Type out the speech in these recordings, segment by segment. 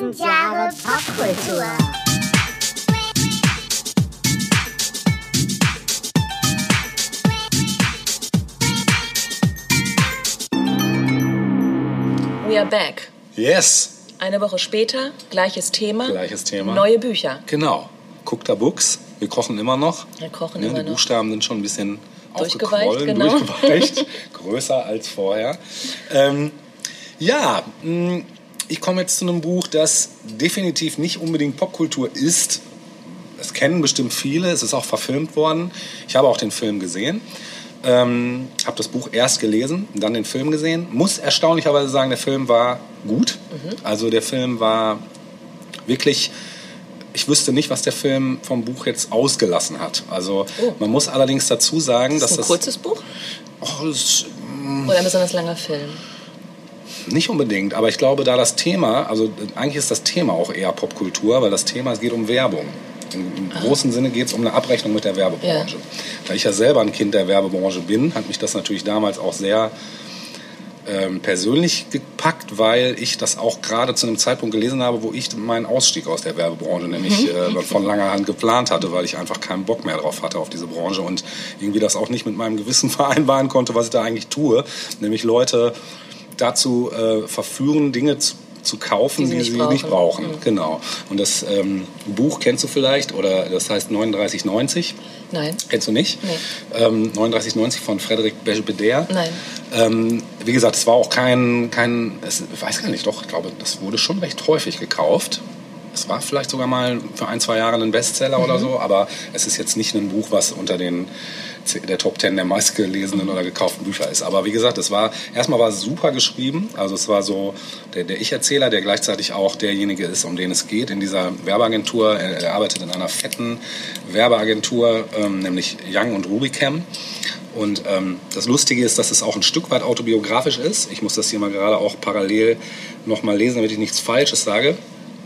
1000 Jahre Popkultur. We are back. Yes. Eine Woche später, gleiches Thema. Neue Bücher. Genau. Cooked Books. Wir kochen immer noch. Wir kochen immer noch. Die Buchstaben sind schon ein bisschen durchgeweicht, durchgeweicht. Größer als vorher. Ich komme jetzt zu einem Buch, das definitiv nicht unbedingt Popkultur ist. Das kennen bestimmt viele. Es ist auch verfilmt worden. Ich habe auch den Film gesehen. Habe das Buch erst gelesen, dann den Film gesehen. Muss erstaunlicherweise sagen, der Film war gut. Also der Film war wirklich... Ich wüsste nicht, was der Film vom Buch jetzt ausgelassen hat. Also man muss allerdings dazu sagen, dass das... Ist ein kurzes Buch? Oder ein besonders langer Film? Nicht unbedingt, aber ich glaube, da das Thema... Also eigentlich ist das Thema auch eher Popkultur, weil das Thema, es geht um Werbung. Im großen Sinne geht es um eine Abrechnung mit der Werbebranche. Ja. Da ich ja selber ein Kind der Werbebranche bin, hat mich das natürlich damals auch sehr persönlich gepackt, weil ich das auch gerade zu einem Zeitpunkt gelesen habe, wo ich meinen Ausstieg aus der Werbebranche nämlich von langer Hand geplant hatte, weil ich einfach keinen Bock mehr drauf hatte auf diese Branche und irgendwie das auch nicht mit meinem Gewissen vereinbaren konnte, was ich da eigentlich tue, nämlich Leute dazu verführen, Dinge zu kaufen, die sie nicht brauchen. Genau. Und das Buch kennst du vielleicht, oder das heißt 3990. Nein. Kennst du nicht? Nee. 3990 von Frédéric Becbédère. Nein. Wie gesagt, es war auch ich weiß gar nicht, doch, ich glaube, das wurde schon recht häufig gekauft. Es war vielleicht sogar mal für 1-2 Jahre ein Bestseller oder so, aber es ist jetzt nicht ein Buch, was unter der Top 10 der meistgelesenen oder gekauften Bücher ist. Aber wie gesagt, erstmal war es super geschrieben. Also es war so der Ich-Erzähler, der gleichzeitig auch derjenige ist, um den es geht in dieser Werbeagentur. Er arbeitet in einer fetten Werbeagentur, nämlich Young und Rubicam. Und das Lustige ist, dass es auch ein Stück weit autobiografisch ist. Ich muss das hier mal gerade auch parallel nochmal lesen, damit ich nichts Falsches sage.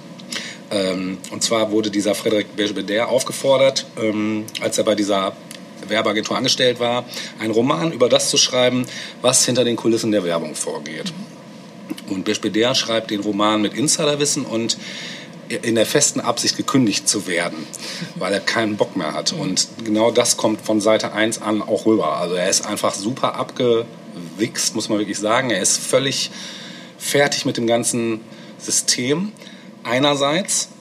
Und zwar wurde dieser Frédéric Becbédère aufgefordert, als er bei dieser Werbeagentur angestellt war, einen Roman über das zu schreiben, was hinter den Kulissen der Werbung vorgeht. Und Becbédère schreibt den Roman mit Insiderwissen und in der festen Absicht, gekündigt zu werden, weil er keinen Bock mehr hat. Und genau das kommt von Seite 1 an auch rüber. Also er ist einfach super abgewichst, muss man wirklich sagen. Er ist völlig fertig mit dem ganzen System einerseits.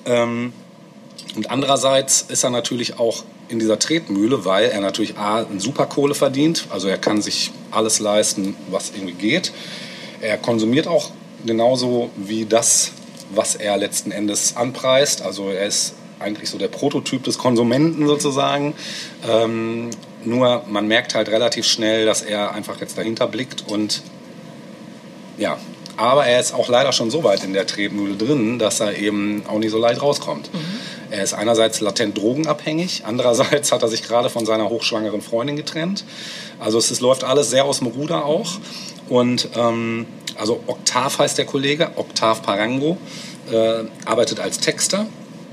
Und andererseits ist er natürlich auch in dieser Tretmühle, weil er natürlich eine super Kohle verdient. Also er kann sich alles leisten, was irgendwie geht. Er konsumiert auch genauso wie das, was er letzten Endes anpreist. Also er ist eigentlich so der Prototyp des Konsumenten sozusagen. Nur man merkt halt relativ schnell, dass er einfach jetzt dahinter blickt und ja. Aber er ist auch leider schon so weit in der Tretmühle drin, dass er eben auch nicht so leicht rauskommt. Er ist einerseits latent drogenabhängig, andererseits hat er sich gerade von seiner hochschwangeren Freundin getrennt. Also es läuft alles sehr aus dem Ruder auch. Und also Octave heißt der Kollege, Octave Parango, arbeitet als Texter.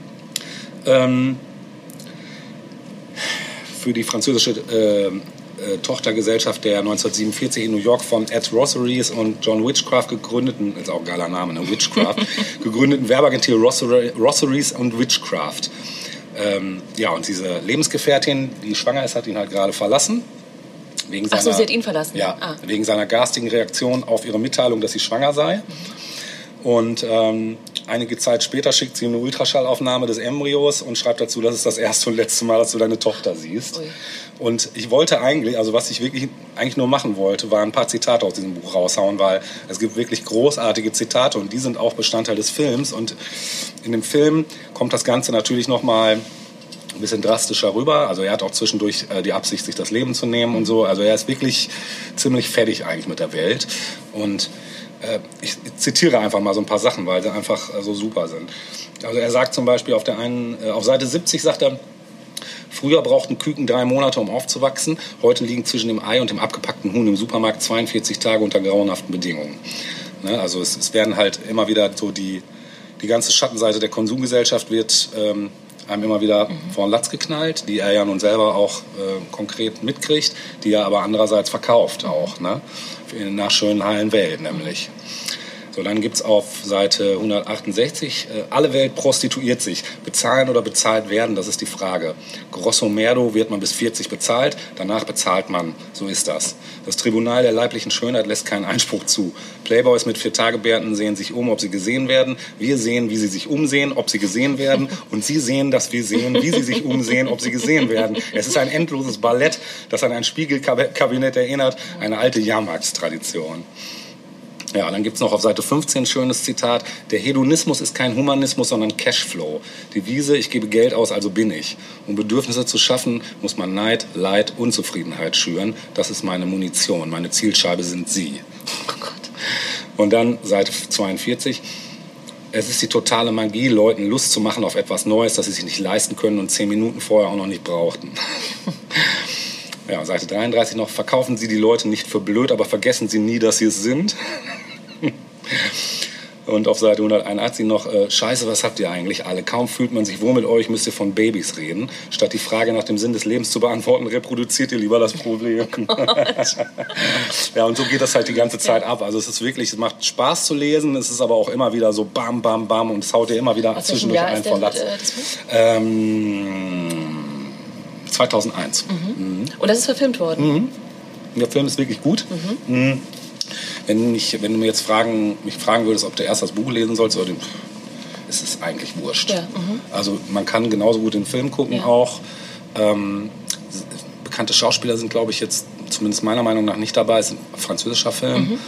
Für die französische Tochtergesellschaft der 1947 in New York von Ed Rosseries und John Witchcraft gegründeten, ist auch ein geiler Name, ne? Witchcraft, gegründeten Werbeagentur Rosseries und Witchcraft. Und diese Lebensgefährtin, die schwanger ist, hat ihn halt gerade verlassen. Sie hat ihn verlassen? Ja, wegen seiner garstigen Reaktion auf ihre Mitteilung, dass sie schwanger sei. Und einige Zeit später schickt sie eine Ultraschallaufnahme des Embryos und schreibt dazu, das ist das erste und letzte Mal, dass du deine Tochter siehst. Ui. Und ich wollte was ich wirklich eigentlich nur machen wollte, war ein paar Zitate aus diesem Buch raushauen, weil es gibt wirklich großartige Zitate und die sind auch Bestandteil des Films. Und in dem Film kommt das Ganze natürlich nochmal ein bisschen drastischer rüber. Also er hat auch zwischendurch die Absicht, sich das Leben zu nehmen und so. Also er ist wirklich ziemlich fertig eigentlich mit der Welt. Und ich zitiere einfach mal so ein paar Sachen, weil sie einfach so super sind. Also er sagt zum Beispiel auf Seite 70 sagt er, früher brauchten Küken 3 Monate, um aufzuwachsen. Heute liegen zwischen dem Ei und dem abgepackten Huhn im Supermarkt 42 Tage unter grauenhaften Bedingungen. Ne? Also es werden halt immer wieder so die ganze Schattenseite der Konsumgesellschaft wird einem immer wieder vor den Latz geknallt, die er ja nun selber auch konkret mitkriegt, die er aber andererseits verkauft auch, ne? Nach schönen heilen Welt nämlich. So, dann gibt es auf Seite 168, alle Welt prostituiert sich. Bezahlen oder bezahlt werden, das ist die Frage. Grosso merdo wird man bis 40 bezahlt, danach bezahlt man. So ist das. Das Tribunal der leiblichen Schönheit lässt keinen Einspruch zu. Playboys mit 4-Tage-Bärten sehen sich um, ob sie gesehen werden. Wir sehen, wie sie sich umsehen, ob sie gesehen werden. Und sie sehen, dass wir sehen, wie sie sich umsehen, ob sie gesehen werden. Es ist ein endloses Ballett, das an ein Spiegelkabinett erinnert, eine alte Jahrmarktstradition. Ja, dann gibt es noch auf Seite 15 ein schönes Zitat. Der Hedonismus ist kein Humanismus, sondern Cashflow. Devise, ich gebe Geld aus, also bin ich. Um Bedürfnisse zu schaffen, muss man Neid, Leid, Unzufriedenheit schüren. Das ist meine Munition. Meine Zielscheibe sind Sie. Oh Gott. Und dann Seite 42. Es ist die totale Magie, Leuten Lust zu machen auf etwas Neues, das sie sich nicht leisten können und 10 Minuten vorher auch noch nicht brauchten. Ja, Seite 33 noch. Verkaufen Sie die Leute nicht für blöd, aber vergessen Sie nie, dass sie es sind. Und auf Seite 181 noch, Scheiße, was habt ihr eigentlich alle? Kaum fühlt man sich wohl mit euch, müsst ihr von Babys reden. Statt die Frage nach dem Sinn des Lebens zu beantworten, reproduziert ihr lieber das Problem. Ja, und so geht das halt die ganze Zeit ab. Also es ist wirklich, es macht Spaß zu lesen, es ist aber auch immer wieder so bam, bam, bam und es haut dir immer wieder zwischendurch einen von Latz. 2001. Mhm. Und das ist verfilmt worden? Mhm. Der Film ist wirklich gut. Mhm. Wenn du mir jetzt mich fragen würdest, ob du erst das Buch lesen sollst, ist es eigentlich wurscht. Ja, also man kann genauso gut den Film gucken auch. Bekannte Schauspieler sind, glaube ich, jetzt zumindest meiner Meinung nach nicht dabei. Es ist ein französischer Film.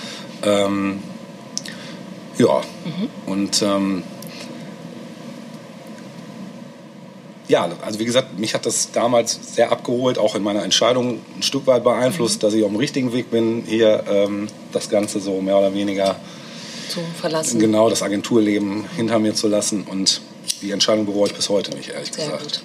Und ja, also wie gesagt, mich hat das damals sehr abgeholt, auch in meiner Entscheidung ein Stück weit beeinflusst, dass ich auf dem richtigen Weg bin, hier das Ganze so mehr oder weniger zu verlassen. Genau, das Agenturleben hinter mir zu lassen. Und die Entscheidung bereue ich bis heute nicht, ehrlich gesagt.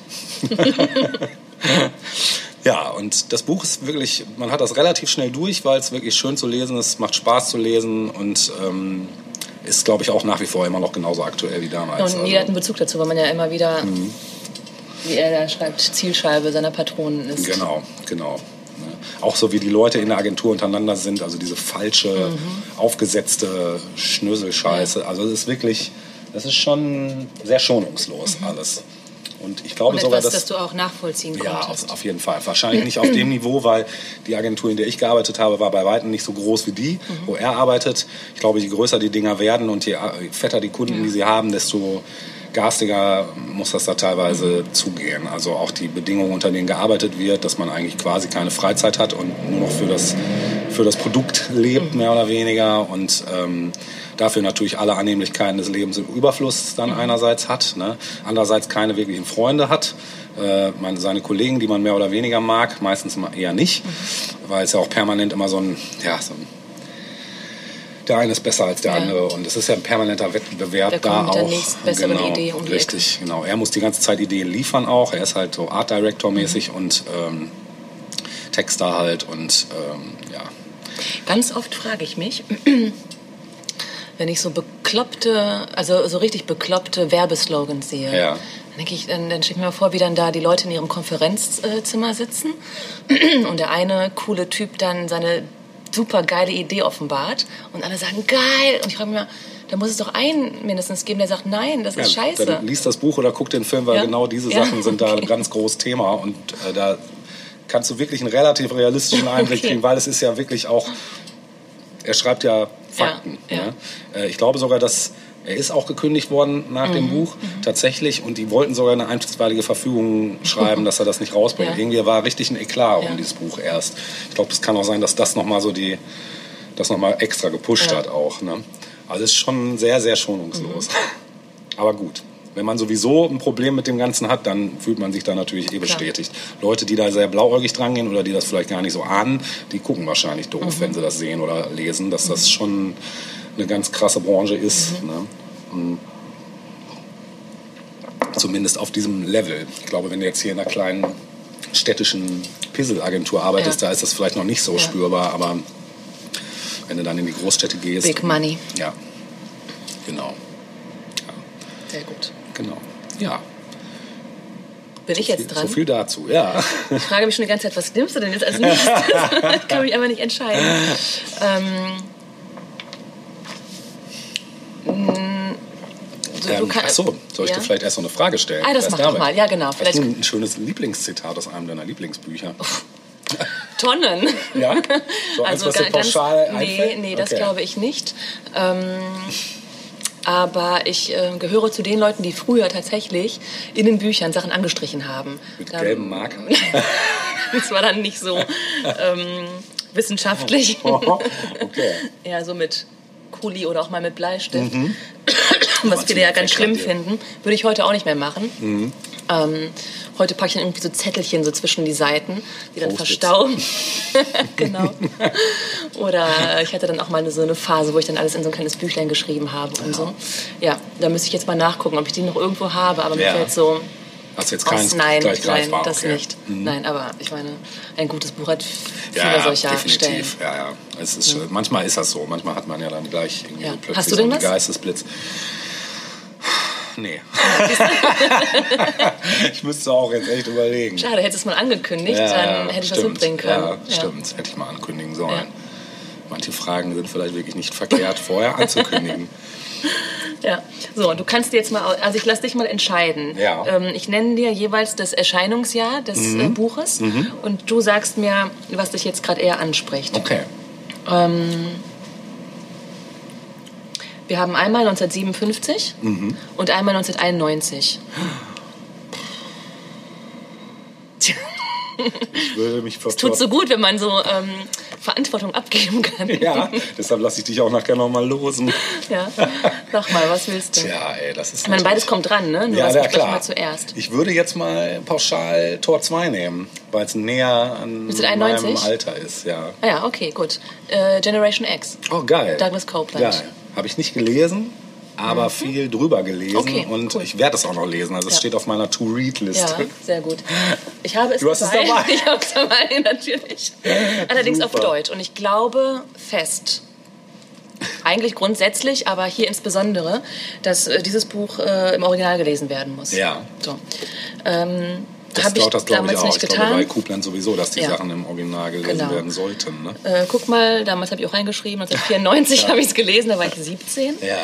Ja, und das Buch ist wirklich, man hat das relativ schnell durch, weil es wirklich schön zu lesen ist, macht Spaß zu lesen und ist, glaube ich, auch nach wie vor immer noch genauso aktuell wie damals. Und jeder hat einen Bezug dazu, weil man ja immer wieder... wie er da schreibt, Zielscheibe seiner Patronen ist. Genau. Auch so wie die Leute in der Agentur untereinander sind, also diese falsche, aufgesetzte Schnöselscheiße. Ja. Also es ist wirklich, das ist schon sehr schonungslos alles. Und ich glaube sogar, dass du auch nachvollziehen konntest. Ja, auf jeden Fall. Wahrscheinlich nicht auf dem Niveau, weil die Agentur, in der ich gearbeitet habe, war bei weitem nicht so groß wie die, wo er arbeitet. Ich glaube, je größer die Dinger werden und je fetter die Kunden, die sie haben, desto garstiger muss das da teilweise zugehen. Also auch die Bedingungen, unter denen gearbeitet wird, dass man eigentlich quasi keine Freizeit hat und nur noch für das Produkt lebt, mehr oder weniger. Und dafür natürlich alle Annehmlichkeiten des Lebens im Überfluss dann einerseits hat. Ne? Andererseits keine wirklichen Freunde hat. Seine Kollegen, die man mehr oder weniger mag, meistens eher nicht. Weil es ja auch permanent immer der eine ist besser als der andere und es ist ja ein permanenter Wettbewerb da auch. Der nächstbessere Idee um die Ecke. Richtig, genau. Er muss die ganze Zeit Ideen liefern auch. Er ist halt so Art Director mäßig und Texter halt und ja. Ganz oft frage ich mich, wenn ich so richtig bekloppte Werbeslogans sehe. Ja. Dann stelle ich mir mal vor, wie dann da die Leute in ihrem Konferenzzimmer sitzen und der eine coole Typ dann seine super geile Idee offenbart und alle sagen, geil. Und ich frage mich mal, da muss es doch einen mindestens geben, der sagt, nein, das ist scheiße. Dann liest das Buch oder guck den Film, weil genau diese Sachen sind da ein ganz großes Thema. Und da kannst du wirklich einen relativ realistischen Einblick kriegen, weil es ist ja wirklich auch, er schreibt ja Fakten. Ja. Ne? Ich glaube sogar, dass er ist auch gekündigt worden nach dem Buch, tatsächlich. Und die wollten sogar eine einstweilige Verfügung schreiben, dass er das nicht rausbringt. Ja. Irgendwie war richtig ein Eklat um dieses Buch erst. Ich glaube, es kann auch sein, dass das nochmal extra gepusht hat auch. Ne? Also es ist schon sehr, sehr schonungslos. Aber gut. Wenn man sowieso ein Problem mit dem Ganzen hat, dann fühlt man sich da natürlich bestätigt. Leute, die da sehr blauäugig dran gehen oder die das vielleicht gar nicht so ahnen, die gucken wahrscheinlich doof, wenn sie das sehen oder lesen, dass das schon eine ganz krasse Branche ist. Ne? Zumindest auf diesem Level. Ich glaube, wenn du jetzt hier in einer kleinen städtischen Pizzle-Agentur arbeitest, da ist das vielleicht noch nicht so spürbar, aber wenn du dann in die Großstädte gehst... Big Money. Ja, genau. Ja. Sehr gut. Genau, ja. Bin ich jetzt dran? So viel dazu, ja. Ich frage mich schon die ganze Zeit, was nimmst du denn jetzt als nächstes? Ich kann mich aber nicht entscheiden. Soll ich dir vielleicht erst so eine Frage stellen? Das mach doch mal, ja genau. Hast du ein schönes Lieblingszitat aus einem deiner Lieblingsbücher? Tonnen. Ja? So eins, was dir pauschal einfällt? Nee, das glaube ich nicht. Aber ich gehöre zu den Leuten, die früher tatsächlich in den Büchern Sachen angestrichen haben. Mit gelben Marker? Das war dann nicht so wissenschaftlich. Okay. Ja, so mit Kuli oder auch mal mit Bleistift. Was viele ja ganz schlimm finden. Würde ich heute auch nicht mehr machen. Heute packe ich dann irgendwie so Zettelchen so zwischen die Seiten, die dann verstauben. Genau. Oder ich hatte dann auch mal so eine Phase, wo ich dann alles in so ein kleines Büchlein geschrieben habe und so. Ja, da müsste ich jetzt mal nachgucken, ob ich die noch irgendwo habe. Aber mir fällt so... Hast du jetzt keins nein, das okay. nicht. Nein, aber ich meine, ein gutes Buch hat viele solcher definitiv. Stellen. Ja. Es ist, manchmal ist das so. Manchmal hat man ja dann gleich irgendwie so plötzlich Hast du denn so einen was? Geistesblitz. Nee. Ich müsste auch jetzt echt überlegen. Schade, hättest du es mal angekündigt, dann hätte ich was mitbringen können. Ja, stimmt. Hätte ich mal ankündigen sollen. Ja. Manche Fragen sind vielleicht wirklich nicht verkehrt, vorher anzukündigen. Ja, so, du kannst dir jetzt mal, also ich lasse dich mal entscheiden. Ja. Ich nenne dir jeweils das Erscheinungsjahr des Buches und du sagst mir, was dich jetzt gerade eher anspricht. Okay. Wir haben einmal 1957 und einmal 1991. Ich würde mich Es tut so gut, wenn man so Verantwortung abgeben kann. Ja, deshalb lasse ich dich auch nachher noch mal losen. Ja, sag mal, was willst du? Tja, das ist... Ich meine, beides kommt dran, ne? Nur ja, klar. Mal zuerst. Ich würde jetzt mal pauschal Tor 2 nehmen, weil es näher an meinem Alter ist. Ja. Ah ja, okay, gut. Generation X. Oh, geil. Douglas Copeland. Geil. Habe ich nicht gelesen, aber viel drüber gelesen. Okay, und cool. Ich werde es auch noch lesen. Also es steht auf meiner To-Read-Liste. Ja, sehr gut. Ich habe es Du hast es dabei? Ich habe es dabei, natürlich. Allerdings Super. auf Deutsch. Und ich glaube fest, eigentlich grundsätzlich, aber hier insbesondere, dass dieses Buch im Original gelesen werden muss. Ja. So. Das habe ich glaube ich damals auch. nicht Ich getan. glaube bei Copeland sowieso, dass die Sachen im Original gelesen werden sollten. Ne? Guck mal, damals habe ich auch reingeschrieben, 1994 habe ich es gelesen, da war ich 17. Ja.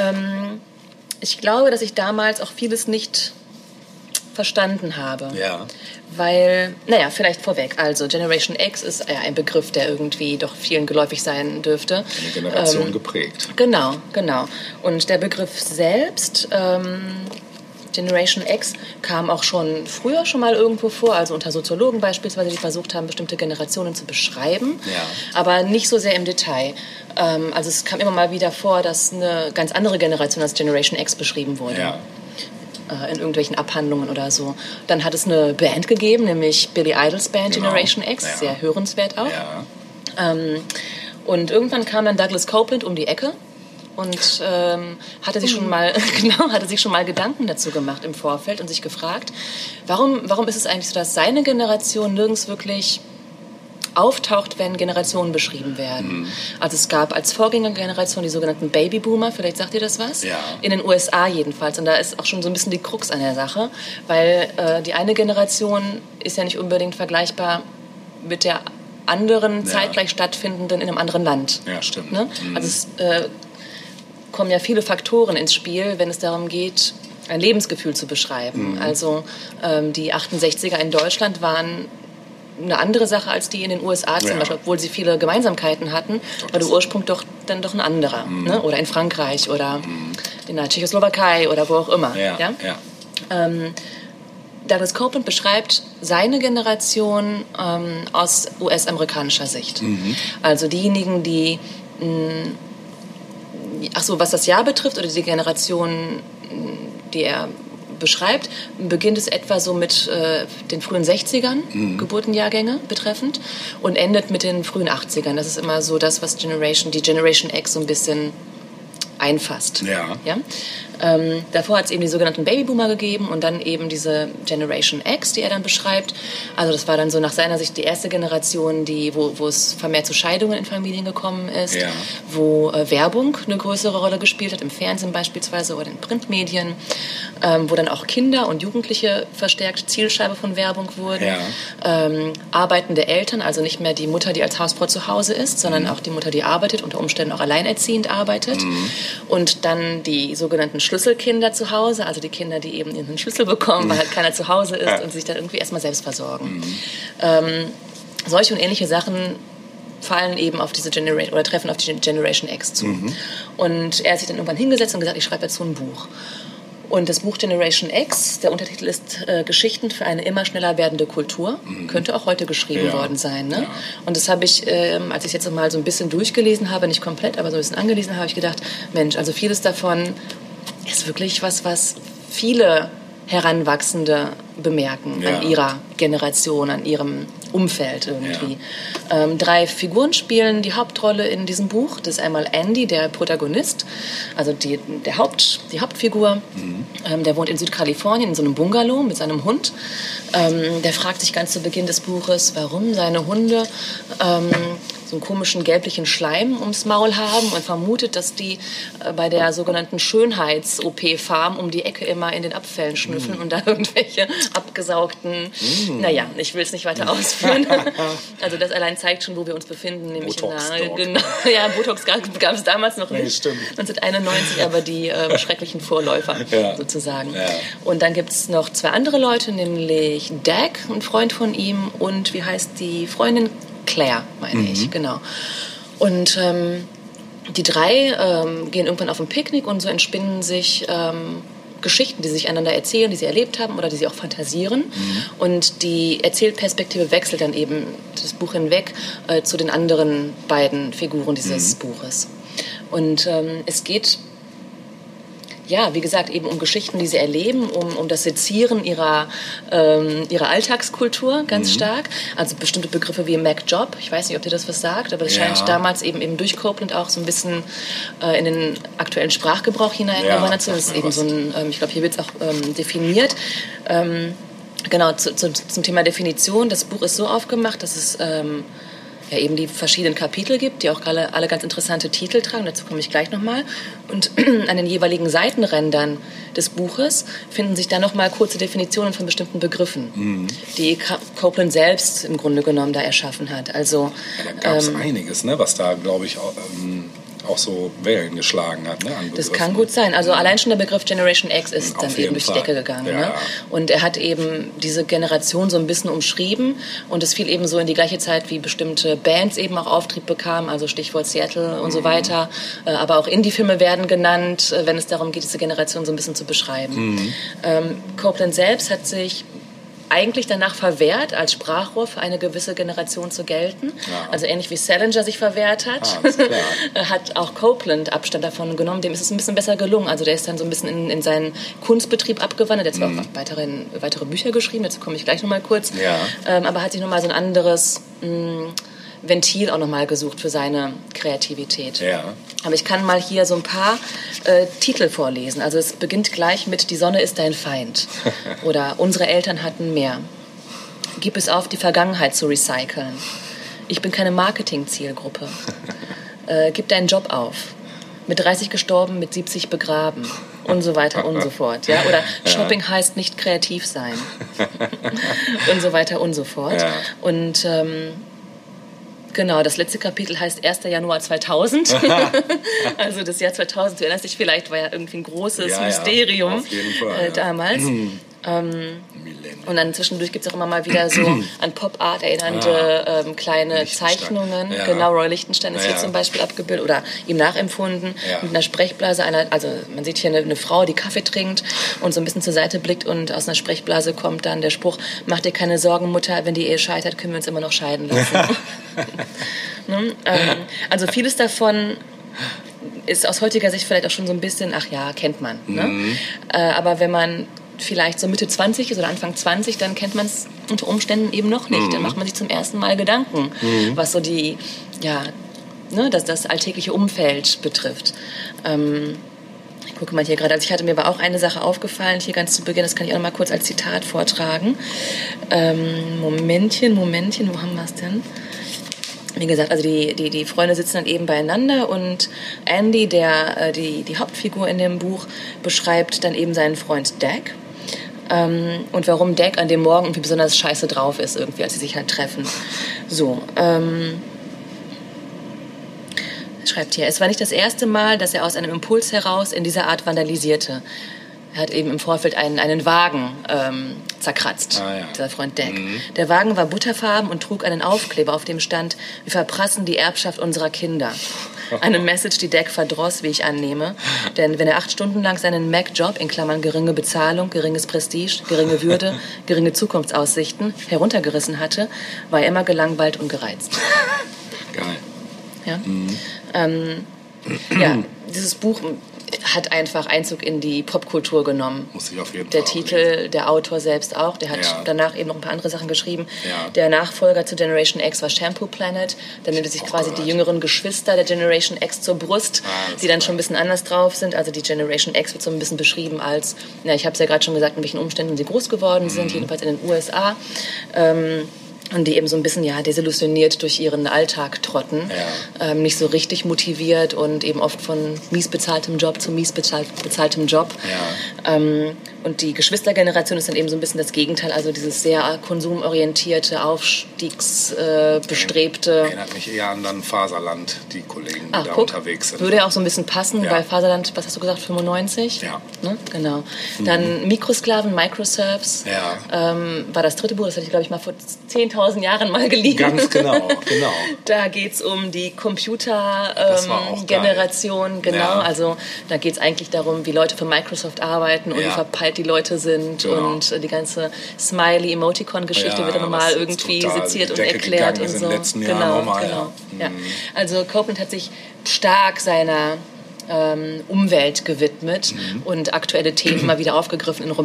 Ich glaube, dass ich damals auch vieles nicht verstanden habe. Ja. Weil, vielleicht vorweg. Also Generation X ist ein Begriff, der irgendwie doch vielen geläufig sein dürfte. Eine Generation geprägt. Genau. Und der Begriff selbst, Generation X, kam auch schon früher mal irgendwo vor, also unter Soziologen beispielsweise, die versucht haben, bestimmte Generationen zu beschreiben, aber nicht so sehr im Detail. Also es kam immer mal wieder vor, dass eine ganz andere Generation als Generation X beschrieben wurde. Ja. In irgendwelchen Abhandlungen oder so. Dann hat es eine Band gegeben, nämlich Billy Idols Band, Generation X, sehr hörenswert auch. Ja. Und irgendwann kam dann Douglas Copeland um die Ecke und hatte sich schon mal Gedanken dazu gemacht im Vorfeld und sich gefragt, warum ist es eigentlich so, dass seine Generation nirgends wirklich auftaucht, wenn Generationen beschrieben werden. Also es gab als Vorgängergeneration die sogenannten Babyboomer, vielleicht sagt ihr das was? Ja. In den USA jedenfalls. Und da ist auch schon so ein bisschen die Krux an der Sache, weil die eine Generation ist ja nicht unbedingt vergleichbar mit der anderen zeitgleich stattfindenden in einem anderen Land. Ja, stimmt. Ne? Also es kommen ja viele Faktoren ins Spiel, wenn es darum geht, ein Lebensgefühl zu beschreiben. Also die 68er in Deutschland waren eine andere Sache als die in den USA zum Beispiel, obwohl sie viele Gemeinsamkeiten hatten, war der Ursprung doch ein anderer. Ne? Oder in Frankreich oder in der Tschechoslowakei oder wo auch immer. Douglas Copeland beschreibt seine Generation aus US-amerikanischer Sicht. Also diejenigen, die was das Jahr betrifft oder die Generation, die er beschreibt, beginnt es etwa so mit den frühen 60ern, Geburtenjahrgänge betreffend, und endet mit den frühen 80ern. Das ist immer so das, was die Generation X so ein bisschen einfasst. Ja? Davor hat es eben die sogenannten Babyboomer gegeben und dann eben diese Generation X, die er dann beschreibt. Also das war dann so nach seiner Sicht die erste Generation, wo es vermehrt zu Scheidungen in Familien gekommen ist, wo Werbung eine größere Rolle gespielt hat, im Fernsehen beispielsweise oder in Printmedien, wo dann auch Kinder und Jugendliche verstärkt Zielscheibe von Werbung wurden. Arbeitende Eltern, also nicht mehr die Mutter, die als Hausfrau zu Hause ist, sondern auch die Mutter, die arbeitet, unter Umständen auch alleinerziehend arbeitet. Und dann die sogenannten Schlüsselkinder zu Hause, also die Kinder, die eben ihren Schlüssel bekommen, weil halt keiner zu Hause ist und sich dann irgendwie erstmal selbst versorgen. Solche und ähnliche Sachen fallen eben auf diese Generation oder treffen auf die Generation X zu. Und er hat sich dann irgendwann hingesetzt und gesagt, ich schreibe dazu ein Buch. Und das Buch Generation X, der Untertitel ist Geschichten für eine immer schneller werdende Kultur. Könnte auch heute geschrieben worden sein. Ne? Ja. Und das habe ich, als ich es jetzt noch mal so ein bisschen durchgelesen habe, nicht komplett, aber so ein bisschen angelesen habe, ich gedacht, Mensch, also vieles davon ist wirklich was viele Heranwachsende bemerken an ihrer Generation, an ihrem Umfeld irgendwie. Ja. 3 Figuren spielen die Hauptrolle in diesem Buch. Das ist einmal Andy, der Protagonist, also die Hauptfigur. Der wohnt in Südkalifornien in so einem Bungalow mit seinem Hund. Der fragt sich ganz zu Beginn des Buches, warum seine Hunde so einen komischen gelblichen Schleim ums Maul haben und vermutet, dass die bei der sogenannten Schönheits-OP-Farm um die Ecke immer in den Abfällen schnüffeln und da irgendwelche abgesaugten, naja, ich will es nicht weiter ausführen. Also das allein zeigt schon, wo wir uns befinden, nämlich Botox genau, ja, Botox gab es damals noch nicht. Nee, stimmt. 1991, aber die schrecklichen Vorläufer sozusagen. Ja. Und dann gibt es noch 2 andere Leute, nämlich Dag, ein Freund von ihm, und wie heißt die Freundin? Claire, meine ich, genau. Und die 3 gehen irgendwann auf ein Picknick und so entspinnen sich Geschichten, die sie sich einander erzählen, die sie erlebt haben oder die sie auch fantasieren. Und die Erzählperspektive wechselt dann eben das Buch hinweg zu den anderen beiden Figuren dieses Buches. Und es geht, ja, wie gesagt, eben um Geschichten, die sie erleben, um das Sezieren ihrer Alltagskultur ganz stark. Also bestimmte Begriffe wie Mac-Job, ich weiß nicht, ob dir das was sagt, aber das scheint damals eben durch Copeland auch so ein bisschen in den aktuellen Sprachgebrauch hineingewandert zu sein. Das ist eben so ein, ich glaube, hier wird es auch definiert. Genau, zum Thema Definition. Das Buch ist so aufgemacht, dass es eben die verschiedenen Kapitel gibt, die auch alle ganz interessante Titel tragen. Dazu komme ich gleich nochmal. Und an den jeweiligen Seitenrändern des Buches finden sich dann nochmal kurze Definitionen von bestimmten Begriffen, die Copeland selbst im Grunde genommen da erschaffen hat. Also, da gab es einiges, ne, was da, glaube ich, auch so Wellen geschlagen hat. Ne, an das kann gut sein. Also allein schon der Begriff Generation X ist dann eben durch die Decke gegangen. Ja. Ne? Und er hat eben diese Generation so ein bisschen umschrieben und es fiel eben so in die gleiche Zeit, wie bestimmte Bands eben auch Auftrieb bekamen, also Stichwort Seattle und so weiter. Aber auch Indie-Filme werden genannt, wenn es darum geht, diese Generation so ein bisschen zu beschreiben. Copeland selbst hat sich eigentlich danach verwehrt, als Sprachrohr für eine gewisse Generation zu gelten. Ja. Also ähnlich wie Salinger sich verwehrt hat, hat auch Copeland Abstand davon genommen. Dem ist es ein bisschen besser gelungen. Also der ist dann so ein bisschen in seinen Kunstbetrieb abgewandert. Der hat zwar auch weitere Bücher geschrieben, dazu komme ich gleich nochmal kurz. Ja. Aber hat sich nochmal so ein anderes Ventil auch nochmal gesucht für seine Kreativität. Ja. Aber ich kann mal hier so ein paar Titel vorlesen. Also es beginnt gleich mit Die Sonne ist dein Feind oder Unsere Eltern hatten mehr. Gib es auf, die Vergangenheit zu recyceln. Ich bin keine Marketing-Zielgruppe. Gib deinen Job auf. Mit 30 gestorben, mit 70 begraben und so weiter und so fort. Ja? Oder Shopping heißt nicht kreativ sein und so weiter und so fort. Ja. Und genau, das letzte Kapitel heißt 1. Januar 2000. Also das Jahr 2000, du erinnerst dich vielleicht, war ja irgendwie ein großes Mysterium auf jeden Fall, damals. Und dann zwischendurch gibt es auch immer mal wieder so an Pop-Art erinnernde kleine Zeichnungen. Ja. Genau, Roy Lichtenstein ist hier zum Beispiel abgebildet oder ihm nachempfunden mit einer Sprechblase. Also man sieht hier eine Frau, die Kaffee trinkt und so ein bisschen zur Seite blickt und aus einer Sprechblase kommt dann der Spruch, mach dir keine Sorgen, Mutter, wenn die Ehe scheitert, können wir uns immer noch scheiden lassen. Ne? Also vieles davon ist aus heutiger Sicht vielleicht auch schon so ein bisschen, ach ja, kennt man. Ne? Aber wenn man vielleicht so Mitte 20 ist oder Anfang 20, dann kennt man es unter Umständen eben noch nicht. Dann macht man sich zum ersten Mal Gedanken, was so das alltägliche Umfeld betrifft. Ich gucke mal hier gerade, also mir war auch eine Sache aufgefallen, hier ganz zu Beginn, das kann ich auch noch mal kurz als Zitat vortragen. Momentchen, wo haben wir es denn? Wie gesagt, also die Freunde sitzen dann eben beieinander und Andy, die Hauptfigur in dem Buch, beschreibt dann eben seinen Freund Dag. Und warum Dag an dem Morgen irgendwie besonders scheiße drauf ist, irgendwie, als sie sich halt treffen. So, schreibt schreibt hier, es war nicht das erste Mal, dass er aus einem Impuls heraus in dieser Art vandalisierte. Er hat eben im Vorfeld einen Wagen zerkratzt, dieser Freund Deck. Der Wagen war butterfarben und trug einen Aufkleber, auf dem stand, wir verprassen die Erbschaft unserer Kinder. Eine Message, die Deck verdross, wie ich annehme. Denn wenn er 8 Stunden lang seinen Mac-Job, in Klammern geringe Bezahlung, geringes Prestige, geringe Würde, geringe Zukunftsaussichten, heruntergerissen hatte, war er immer gelangweilt und gereizt. Geil. Ja? Ja, dieses Buch hat einfach Einzug in die Popkultur genommen. Muss ich auf jeden Der Fall Titel, lesen. der Autor selbst auch, der hat danach eben noch ein paar andere Sachen geschrieben. Der Nachfolger zu Generation X war Shampoo Planet. Da nimmt er sich quasi die jüngeren Geschwister der Generation X zur Brust, die dann schon ein bisschen anders drauf sind. Also die Generation X wird so ein bisschen beschrieben als, ich habe es ja gerade schon gesagt, in welchen Umständen sie groß geworden sind, jedenfalls in den USA. Und die eben so ein bisschen desillusioniert durch ihren Alltag trotten, nicht so richtig motiviert und eben oft von mies bezahltem Job zu mies bezahltem Job. Und die Geschwistergeneration ist dann eben so ein bisschen das Gegenteil, also dieses sehr konsumorientierte, aufstiegsbestrebte. Erinnert mich eher an dann Faserland, die Kollegen, die da unterwegs sind. Würde ja auch so ein bisschen passen, weil Faserland, was hast du gesagt, 95? Ja. Ne? Genau. Dann Mikrosklaven, Microserves, war das dritte Buch, das hatte ich, glaube ich, mal vor 10.000 Jahren mal gelesen. Ganz genau. Da geht es um die Computer-Generation, also da geht es eigentlich darum, wie Leute für Microsoft arbeiten und wie verpeilt die Leute sind und die ganze Smiley-Emoticon-Geschichte wird dann nochmal irgendwie seziert und erklärt und so. In den letzten Jahren genau. Ja. Also Copeland hat sich stark seiner Umwelt gewidmet und aktuelle Themen mal wieder aufgegriffen in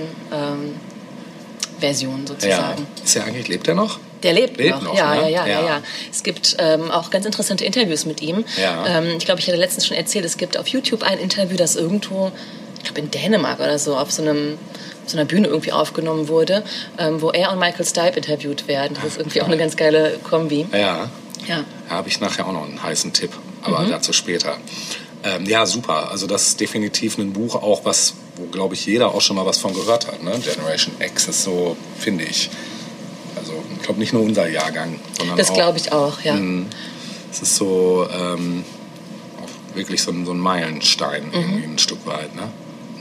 Romanversionen sozusagen. Ist er eigentlich, lebt er noch? Der lebt noch. Ja. Ne? Es gibt auch ganz interessante Interviews mit ihm. Ich glaube, ich hatte letztens schon erzählt, es gibt auf YouTube ein Interview, das irgendwo, ich glaube in Dänemark oder so, auf so einer Bühne irgendwie aufgenommen wurde, wo er und Michael Stipe interviewt werden. Das ist irgendwie auch eine ganz geile Kombi. Da habe ich nachher auch noch einen heißen Tipp, aber dazu später. Super. Also das ist definitiv ein Buch auch, wo, glaube ich, jeder auch schon mal was von gehört hat. Ne? Generation X ist so, finde ich. Also ich glaube nicht nur unser Jahrgang, sondern das glaube ich auch, ja. Es ist so auch wirklich so ein Meilenstein irgendwie ein Stück weit. Ne?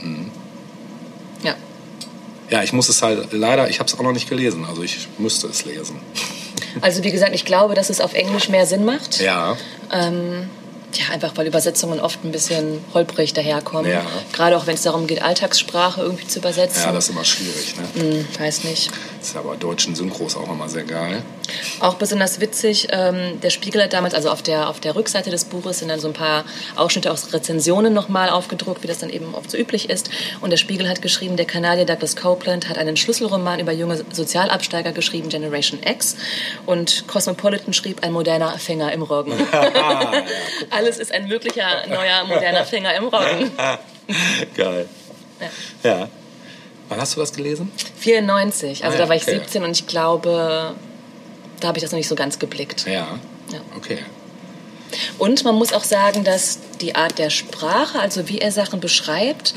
Ja. Ja, ich muss es halt leider, ich habe es auch noch nicht gelesen, also ich müsste es lesen. Also wie gesagt, ich glaube, dass es auf Englisch mehr Sinn macht. Ja. Einfach weil Übersetzungen oft ein bisschen holprig daherkommen. Gerade auch wenn es darum geht, Alltagssprache irgendwie zu übersetzen. Ja, das ist immer schwierig, ne? Weiß nicht. Das ist aber deutschen Synchros auch immer sehr geil. Auch besonders witzig, der Spiegel hat damals, also auf der Rückseite des Buches sind dann so ein paar Ausschnitte aus Rezensionen nochmal aufgedruckt, wie das dann eben oft so üblich ist. Und der Spiegel hat geschrieben, der Kanadier Douglas Copeland hat einen Schlüsselroman über junge Sozialabsteiger geschrieben, Generation X. Und Cosmopolitan schrieb, ein moderner Finger im Roggen. Alles ist ein möglicher neuer moderner Finger im Roggen. Geil. Ja. Wann hast du das gelesen? 94. Also da war ich 17 und ich glaube, da habe ich das noch nicht so ganz geblickt. Ja. Okay. Und man muss auch sagen, dass die Art der Sprache, also wie er Sachen beschreibt,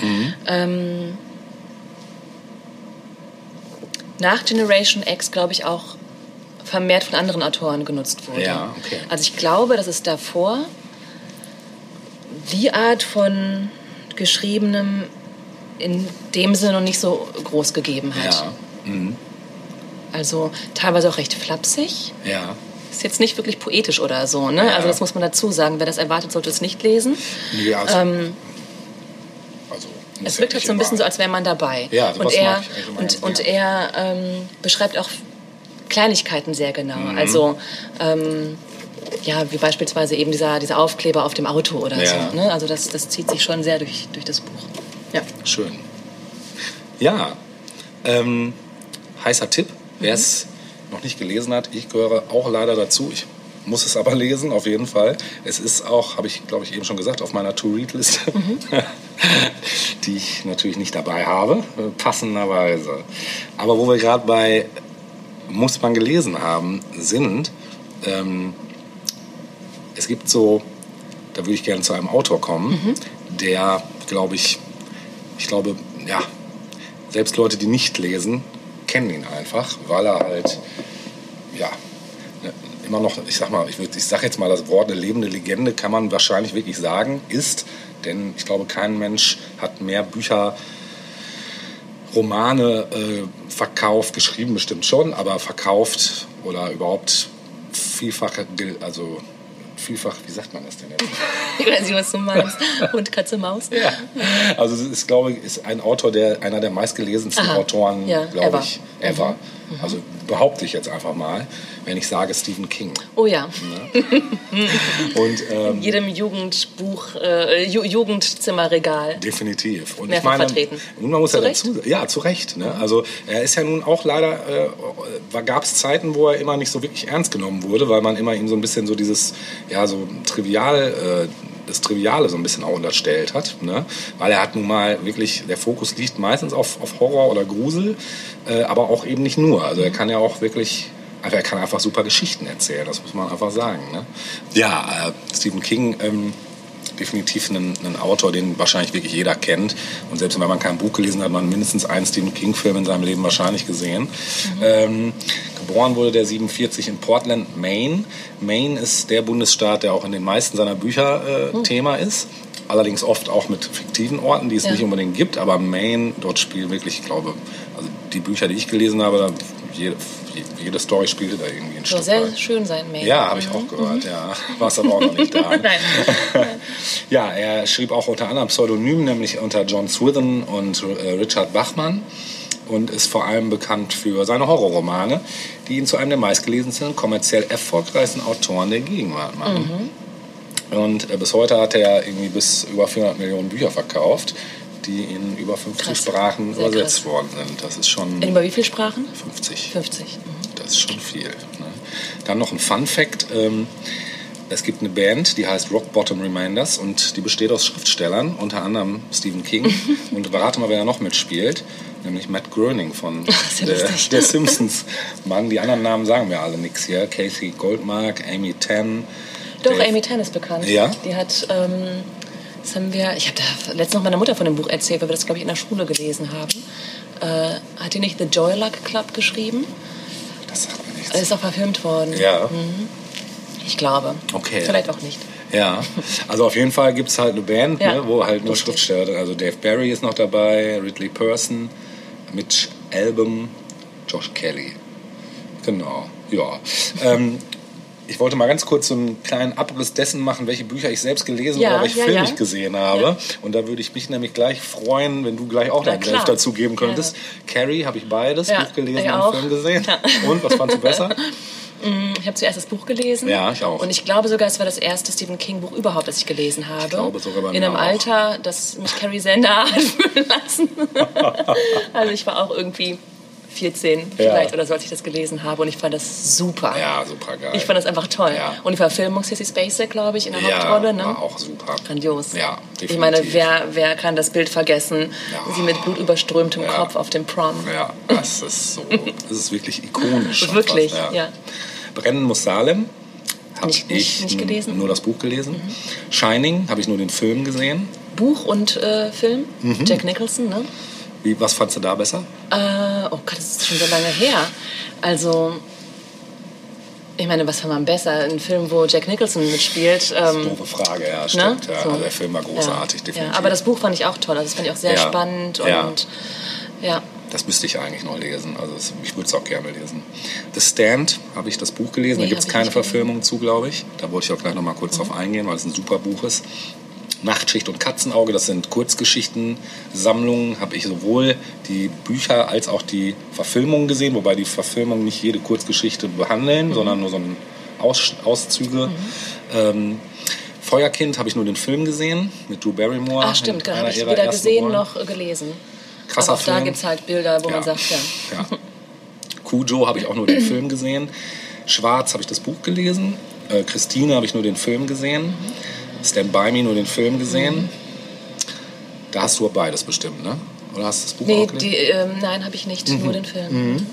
nach Generation X, glaube ich, auch vermehrt von anderen Autoren genutzt wurde. Ja, okay. Also ich glaube, dass es davor die Art von Geschriebenem in dem Sinne noch nicht so groß gegeben hat. Also teilweise auch recht flapsig. Ist jetzt nicht wirklich poetisch oder so, ne? Also das muss man dazu sagen. Wer das erwartet, sollte es nicht lesen. Es wirkt halt so ein bisschen so, als wäre man dabei. Und er beschreibt auch Kleinigkeiten sehr genau. Also wie beispielsweise eben dieser Aufkleber auf dem Auto oder so. Ne? Also das zieht sich schon sehr durch das Buch. Ja. Schön. Ja, heißer Tipp. Wer es noch nicht gelesen hat, ich gehöre auch leider dazu. Ich muss es aber lesen, auf jeden Fall. Es ist auch, habe ich, glaube ich, eben schon gesagt, auf meiner To-Read-Liste, die ich natürlich nicht dabei habe, passenderweise. Aber wo wir gerade bei muss man gelesen haben sind, es gibt so, da würde ich gerne zu einem Autor kommen, der, ich glaube, selbst Leute, die nicht lesen, kennen ihn einfach, weil er halt, immer noch, ich sag jetzt mal das Wort, eine lebende Legende kann man wahrscheinlich wirklich sagen, ist, denn ich glaube, kein Mensch hat mehr Bücher, Romane verkauft, geschrieben bestimmt schon, aber verkauft oder überhaupt vielfach, wie sagt man das denn jetzt? Ich weiß nicht, was du meinst. Hund, Katze, Maus. Ja. Also es ist, glaube ich, ist ein Autor, einer der meistgelesensten Autoren, glaube ich, ever. Mhm. Also behaupte ich jetzt einfach mal, wenn ich sage Stephen King. Oh ja. Und, in jedem Jugendzimmerregal. Definitiv. Und mehrfach vertreten. Und man muss ja dazu, ja, zu Recht. Ne? Also er ist ja nun auch leider, gab es Zeiten, wo er immer nicht so wirklich ernst genommen wurde, weil man immer ihm so ein bisschen so dieses, ja, so das Triviale so ein bisschen auch unterstellt hat. Ne? Weil er hat nun mal wirklich, der Fokus liegt meistens auf Horror oder Grusel, aber auch eben nicht nur. Also er kann ja auch wirklich, er kann einfach super Geschichten erzählen, das muss man einfach sagen. Ne? Ja, Stephen King, definitiv ein Autor, den wahrscheinlich wirklich jeder kennt. Und selbst wenn man kein Buch gelesen hat, hat man mindestens einen Stephen King-Film in seinem Leben wahrscheinlich gesehen. Geboren wurde der 1947 in Portland, Maine. Maine ist der Bundesstaat, der auch in den meisten seiner Bücher Thema ist. Allerdings oft auch mit fiktiven Orten, die es nicht unbedingt gibt. Aber Maine, dort spielt wirklich, ich glaube, also die Bücher, die ich gelesen habe, jede Story spielte da irgendwie ein Stück weit. Soll sehr schön sein, Maine. Ja, habe ich auch gehört, ja. Warst aber auch noch nicht da. Nein. Ja, er schrieb auch unter anderem Pseudonymen, nämlich unter John Swithin und Richard Bachman. Und ist vor allem bekannt für seine Horrorromane, die ihn zu einem der meistgelesensten, kommerziell erfolgreichsten Autoren der Gegenwart machen. Und bis heute hat er irgendwie bis über 400 Millionen Bücher verkauft, die in über 50 Sprachen übersetzt worden sind. Das ist schon... In über wie viele Sprachen? 50. 50. Das ist schon viel. Ne? Dann noch ein Fun-Fact. Es gibt eine Band, die heißt Rock Bottom Reminders und die besteht aus Schriftstellern, unter anderem Stephen King. Und rate mal, wer da noch mitspielt. Nämlich Matt Groening von der Simpsons-Mann. Die anderen Namen sagen mir alle nichts hier. Casey Goldmark, Amy Tan. Doch, Amy Tan ist bekannt. Ja? Die hat... ich habe da letztens noch meiner Mutter von dem Buch erzählt, weil wir das, glaube ich, in der Schule gelesen haben. Hat die nicht The Joy Luck Club geschrieben? Das sagt mir nichts. Ist auch verfilmt worden. Ja. Ich glaube. Okay. Vielleicht auch nicht. Ja, also auf jeden Fall gibt es halt eine Band, ne, wo halt nur Schriftsteller drin. Also Dave Barry ist noch dabei, Ridley Person, Mitch Albom, Josh Kelly. Genau, ja. Ich wollte mal ganz kurz so einen kleinen Abriss dessen machen, welche Bücher ich selbst gelesen oder welche Filme ich gesehen habe. Ja. Und da würde ich mich nämlich gleich freuen, wenn du gleich auch deinen Senf dazu geben könntest. Carrie habe ich beides, Buch gelesen und Film gesehen. Ja. Und, was fandst du besser? Ich habe zuerst das Buch gelesen. Ja, ich auch. Und ich glaube sogar, es war das erste Stephen King-Buch überhaupt, das ich gelesen habe. Ich glaube sogar bei mir in einem Alter, das mich Carrie sehr nah hat fühlen lassen. Also ich war auch irgendwie 14 vielleicht oder so, als ich das gelesen habe. Und ich fand das super. Ja, super geil. Ich fand das einfach toll. Ja. Und die Verfilmung Sissy Spacek, glaube ich, in der Hauptrolle. Ne? War auch super. Grandios. Ja, definitiv. Ich meine, wer kann das Bild vergessen? Ja. Sie mit blutüberströmtem Kopf auf dem Prom. Ja, das ist so. Das ist wirklich ikonisch. Wirklich, ja. Brennen muss Salem. Habe nicht gelesen. Nur das Buch gelesen. Shining habe ich nur den Film gesehen. Buch und Film. Jack Nicholson, ne? Was fandst du da besser? Oh Gott, das ist schon so lange her. Also, ich meine, was fand man besser? Ein Film, wo Jack Nicholson mitspielt. Das ist eine doofe Frage, ja, stimmt. Ne? Ja. So. Also der Film war großartig, definitiv. Ja, aber das Buch fand ich auch toll. Also das fand ich auch sehr spannend. Und, das müsste ich eigentlich noch lesen. Also ich würde es auch gerne lesen. The Stand habe ich das Buch gelesen. Da gibt es keine Verfilmung zu, glaube ich. Da wollte ich auch gleich noch mal kurz drauf eingehen, weil es ein super Buch ist. Nachtschicht und Katzenauge, das sind Kurzgeschichtensammlungen, habe ich sowohl die Bücher als auch die Verfilmungen gesehen, wobei die Verfilmungen nicht jede Kurzgeschichte behandeln, sondern nur so Auszüge. Feuerkind habe ich nur den Film gesehen mit Drew Barrymore. Ach stimmt, habe ich weder gesehen noch gelesen. Krasser aber auch Film. Da gibt es halt Bilder, wo man sagt, ja. Cujo habe ich auch nur den Film gesehen. Schwarz habe ich das Buch gelesen. Christine habe ich nur den Film gesehen. Stand By Me nur den Film gesehen. Da hast du beides bestimmt, ne? Oder hast du das Buch auch gelesen? Nein, habe ich nicht. Nur den Film.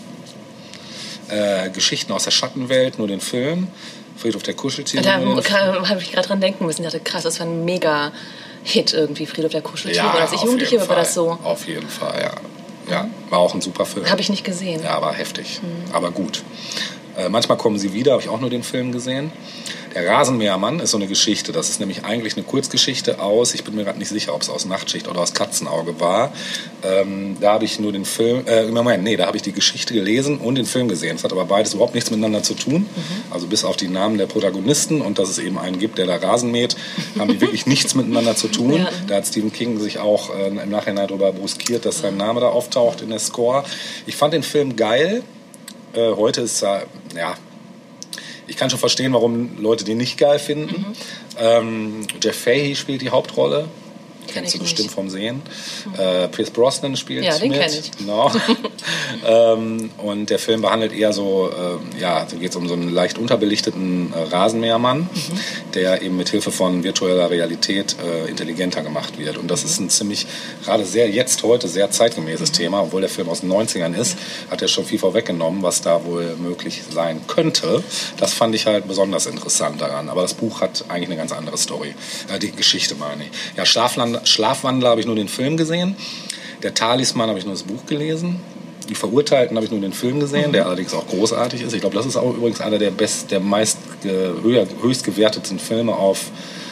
Geschichten aus der Schattenwelt, nur den Film. Friedhof der Kuscheltiere. Da habe ich gerade dran denken müssen. Ich dachte, krass, das war ein mega Hit irgendwie, Friedhof der Kuscheltiere. Ja, als ich Jugendliche war das so. Auf jeden Fall, ja. War auch ein super Film. Habe ich nicht gesehen. Ja, war heftig. Aber gut. Manchmal kommen sie wieder, habe ich auch nur den Film gesehen. Der Rasenmähermann ist so eine Geschichte. Das ist nämlich eigentlich eine Kurzgeschichte aus, ich bin mir gerade nicht sicher, ob es aus Nachtschicht oder aus Katzenauge war. Da habe ich nur den Film, da habe ich die Geschichte gelesen und den Film gesehen. Das hat aber beides überhaupt nichts miteinander zu tun. Also bis auf die Namen der Protagonisten und dass es eben einen gibt, der da Rasen mäht, haben die wirklich nichts miteinander zu tun. Ja. Da hat Stephen King sich auch im Nachhinein darüber bruskiert, dass sein Name da auftaucht in der Score. Ich fand den Film geil. Heute ist er, ich kann schon verstehen, warum Leute den nicht geil finden. Jeff Fahey spielt die Hauptrolle. Kennst du bestimmt vom Sehen. Pierce Brosnan spielt mit. Ja, den kenne ich. Genau. Und der Film behandelt eher so, da geht es um so einen leicht unterbelichteten Rasenmähermann, der eben mit Hilfe von virtueller Realität intelligenter gemacht wird. Und das ist ein ziemlich, gerade heute sehr zeitgemäßes Thema. Obwohl der Film aus den 90ern ist, hat er schon viel vorweggenommen, was da wohl möglich sein könnte. Das fand ich halt besonders interessant daran. Aber das Buch hat eigentlich eine ganz andere Story. Die Geschichte meine ich. Ja, Schlafwandler habe ich nur den Film gesehen. Der Talisman habe ich nur das Buch gelesen. Die Verurteilten habe ich nur den Film gesehen, der allerdings auch großartig ist. Ich glaube, das ist auch übrigens einer der höchst gewertetsten Filme auf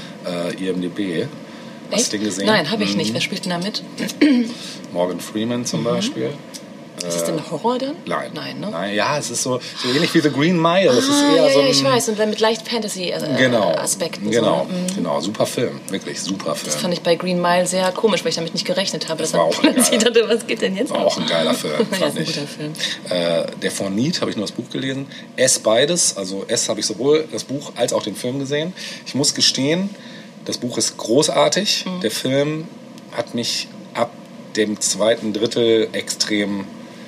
IMDb. Hast du den gesehen? Nein, habe ich nicht. Wer spielt denn da mit? Morgan Freeman zum Beispiel. Ist es denn Horror dann? Nein. Nein, ne? Nein, ja, es ist so ähnlich wie The Green Mile. Das ist eher so ein, ich weiß. Und dann mit leicht Fantasy-Aspekten. Genau, super Film. Wirklich super Film. Das fand ich bei Green Mile sehr komisch, weil ich damit nicht gerechnet habe. Das war auch ein ich dachte, was geht denn jetzt? War auch ein geiler Film, fand ein guter Film. Der von Need habe ich nur das Buch gelesen. Beides. Also habe ich sowohl das Buch als auch den Film gesehen. Ich muss gestehen, das Buch ist großartig. Der Film hat mich ab dem zweiten Drittel extrem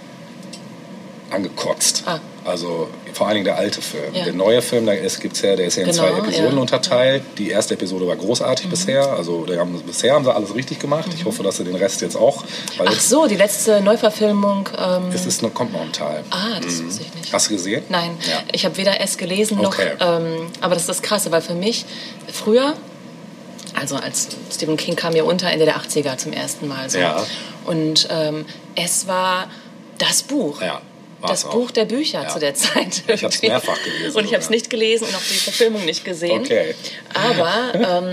angekotzt. Also vor allen Dingen der alte Film. Ja. Der neue Film, der ist ja in 2 Episoden unterteilt. Die erste Episode war großartig bisher. Also bisher haben sie alles richtig gemacht. Ich hoffe, dass sie den Rest jetzt auch... Die letzte Neuverfilmung... kommt noch ein Teil. Das wusste ich nicht. Hast du gesehen? Nein, ich habe weder es gelesen noch... aber das ist das Krasse, weil für mich früher... Also als Stephen King kam ja unter Ende der 80er zum ersten Mal. So. Ja. Und es war das Buch. Ja. Das Buch der Bücher zu der Zeit. Ich habe es mehrfach gelesen. Und ich habe es nicht gelesen und auch die Verfilmung nicht gesehen. Okay. Aber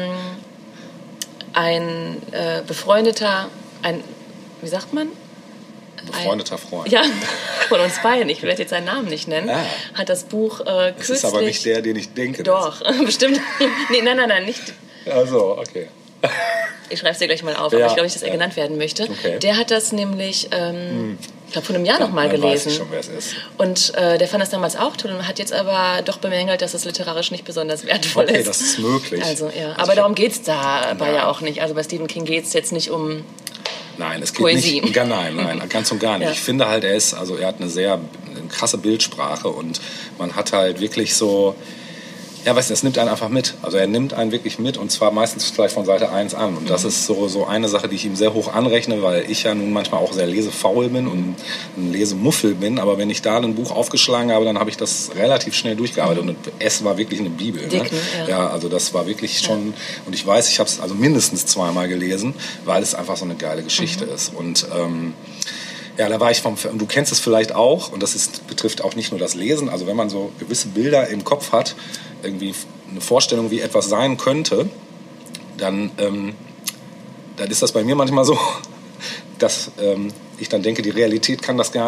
ein befreundeter, wie sagt man? Befreundeter Freund. Ja, von uns beiden, ich werde jetzt seinen Namen nicht nennen, hat das Buch kürzlich... Das ist aber nicht der, den ich denke. Doch, bestimmt. Nein, nicht... Also, okay. Ich schreibe es dir gleich mal auf, aber ich glaube nicht, dass er genannt werden möchte. Okay. Der hat das nämlich, ich glaube, vor einem Jahr noch mal gelesen. Weiß ich schon, wer es ist. Und der fand das damals auch toll und hat jetzt aber doch bemängelt, dass es literarisch nicht besonders wertvoll ist. Okay, das ist möglich. Also, aber darum geht es dabei ja auch nicht. Also bei Stephen King geht es jetzt nicht um Nein, es geht Poesie. Nicht. Nein, ganz und gar nicht. Ja. Ich finde halt, er hat eine krasse Bildsprache und man hat halt wirklich so... Ja, weißt du, das nimmt einen einfach mit. Also er nimmt einen wirklich mit und zwar meistens vielleicht von Seite 1 an. Und das ist so eine Sache, die ich ihm sehr hoch anrechne, weil ich ja nun manchmal auch sehr lesefaul bin und ein Lesemuffel bin. Aber wenn ich da ein Buch aufgeschlagen habe, dann habe ich das relativ schnell durchgearbeitet. Und es war wirklich eine Bibel. Dick, ne? Ja, also das war wirklich schon... Und ich weiß, ich habe es also mindestens 2-mal gelesen, weil es einfach so eine geile Geschichte ist. Und... da war ich du kennst es vielleicht auch, und das betrifft auch nicht nur das Lesen, also wenn man so gewisse Bilder im Kopf hat, irgendwie eine Vorstellung, wie etwas sein könnte, dann ist das bei mir manchmal so, dass ich dann denke, die Realität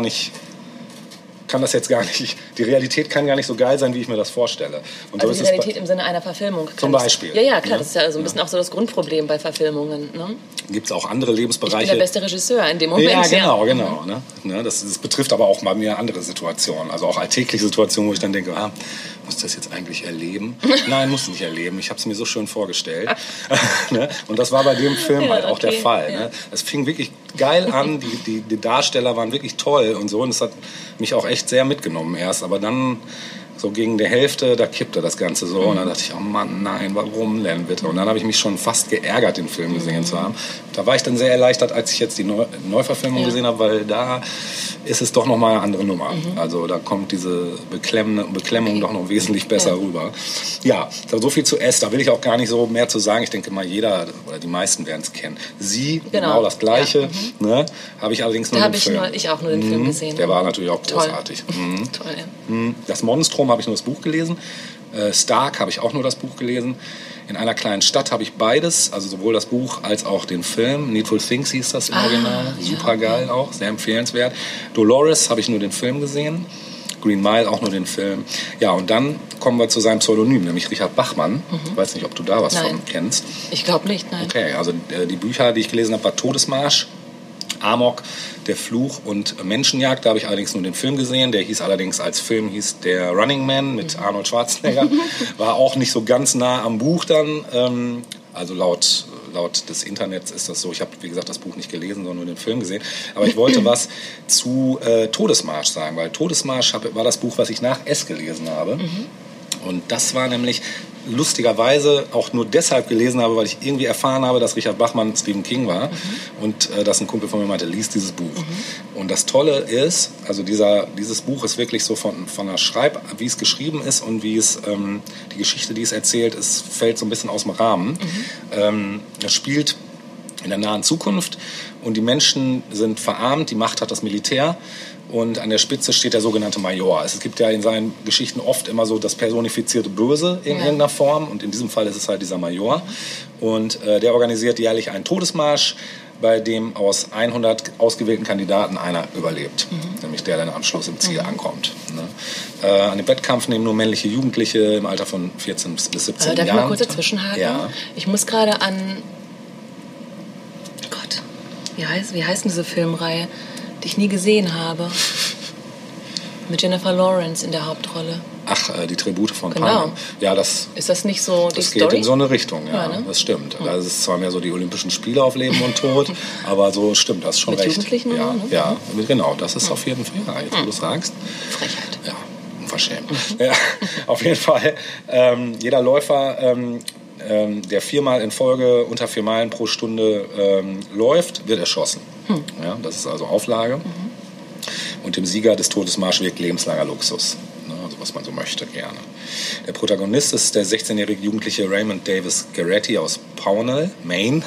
die Realität kann gar nicht so geil sein, wie ich mir das vorstelle. Und also so die Realität im Sinne einer Verfilmung. Zum Beispiel. Ja, klar, das ist ja so ein bisschen auch so das Grundproblem bei Verfilmungen. Ne? Gibt es auch andere Lebensbereiche. Ich bin der beste Regisseur in dem Moment. Ja, genau. Ne? Das betrifft aber auch mal mehr andere Situationen. Also auch alltägliche Situationen, wo ich dann denke, muss ich das jetzt eigentlich erleben? Nein, muss nicht erleben. Ich habe es mir so schön vorgestellt. Ne? Und das war bei dem Film halt auch der Fall. Ne? Es fing wirklich geil an, die Darsteller waren wirklich toll und so. Und es hat mich auch echt sehr mitgenommen erst. Aber dann so gegen der Hälfte, da kippte das Ganze so. Und dann dachte ich, oh Mann, nein, warum denn bitte? Und dann habe ich mich schon fast geärgert, den Film gesehen zu haben. Da war ich dann sehr erleichtert, als ich jetzt die Neuverfilmung gesehen habe, weil da ist es doch nochmal eine andere Nummer. Also da kommt diese Beklemmung doch noch wesentlich besser rüber. Ja, so viel zu S, da will ich auch gar nicht so mehr zu sagen. Ich denke mal, jeder oder die meisten werden es kennen. Sie, genau das Gleiche, ne? Habe ich allerdings nur den Film. Da habe ich auch nur den Film gesehen. Der war natürlich auch großartig. Toll, ja. Das Monstrum habe ich nur das Buch gelesen. Stark habe ich auch nur das Buch gelesen. In einer kleinen Stadt habe ich beides, also sowohl das Buch als auch den Film. Needful Things hieß das im Original. Super geil auch, sehr empfehlenswert. Dolores habe ich nur den Film gesehen. Green Mile auch nur den Film. Ja, und dann kommen wir zu seinem Pseudonym, nämlich Richard Bachman. Ich weiß nicht, ob du da was von kennst. Ich glaube nicht, nein. Okay, also die Bücher, die ich gelesen habe, war Todesmarsch, Amok, Der Fluch und Menschenjagd. Da habe ich allerdings nur den Film gesehen. Der hieß allerdings als Film der Running Man mit Arnold Schwarzenegger. War auch nicht so ganz nah am Buch dann. Also laut des Internets ist das so. Ich habe, wie gesagt, das Buch nicht gelesen, sondern nur den Film gesehen. Aber ich wollte was zu Todesmarsch sagen, weil Todesmarsch war das Buch, was ich nach S gelesen habe. Und das war nämlich lustigerweise auch nur deshalb gelesen habe, weil ich irgendwie erfahren habe, dass Richard Bachman Stephen King war und dass ein Kumpel von mir meinte, lies dieses Buch. Und das Tolle ist, also dieses Buch ist wirklich so von der wie es geschrieben ist und wie es die Geschichte, die es erzählt, es fällt so ein bisschen aus dem Rahmen. Es spielt in der nahen Zukunft und die Menschen sind verarmt, die Macht hat das Militär. Und an der Spitze steht der sogenannte Major. Es gibt ja in seinen Geschichten oft immer so das personifizierte Böse in irgendeiner Form. Und in diesem Fall ist es halt dieser Major. Und der organisiert jährlich einen Todesmarsch, bei dem aus 100 ausgewählten Kandidaten einer überlebt. Nämlich der dann am Schluss im Ziel ankommt. Ne? An dem Wettkampf nehmen nur männliche Jugendliche im Alter von 14 bis 17 Jahren. Darf ich mal kurz dazwischenhaken? Ja. Ich muss gerade an... Gott, wie heißt denn diese Filmreihe, die ich nie gesehen habe? Mit Jennifer Lawrence in der Hauptrolle. Ach, die Tribute von Genau. Panem. Ja, ist das nicht so die das Story? geht in so eine Richtung, ja, ne? Das stimmt. Das ist zwar mehr so die Olympischen Spiele auf Leben und Tod, aber so stimmt das schon mit recht. Jugendlichen ja, oder, ne? ja, genau, das ist auf jeden Fall, ja, jetzt wo du sagst. Frechheit. Ja, unverschämt. Ja, auf jeden Fall, jeder Läufer, der 4 Mal in Folge unter 4 Meilen pro Stunde läuft, wird erschossen. Ja, das ist also Auflage. Und dem Sieger des Todesmarsch wirkt lebenslanger Luxus. Also was man so möchte, gerne. Der Protagonist ist der 16-jährige Jugendliche Raymond Davis Garretti aus Pownell, Maine.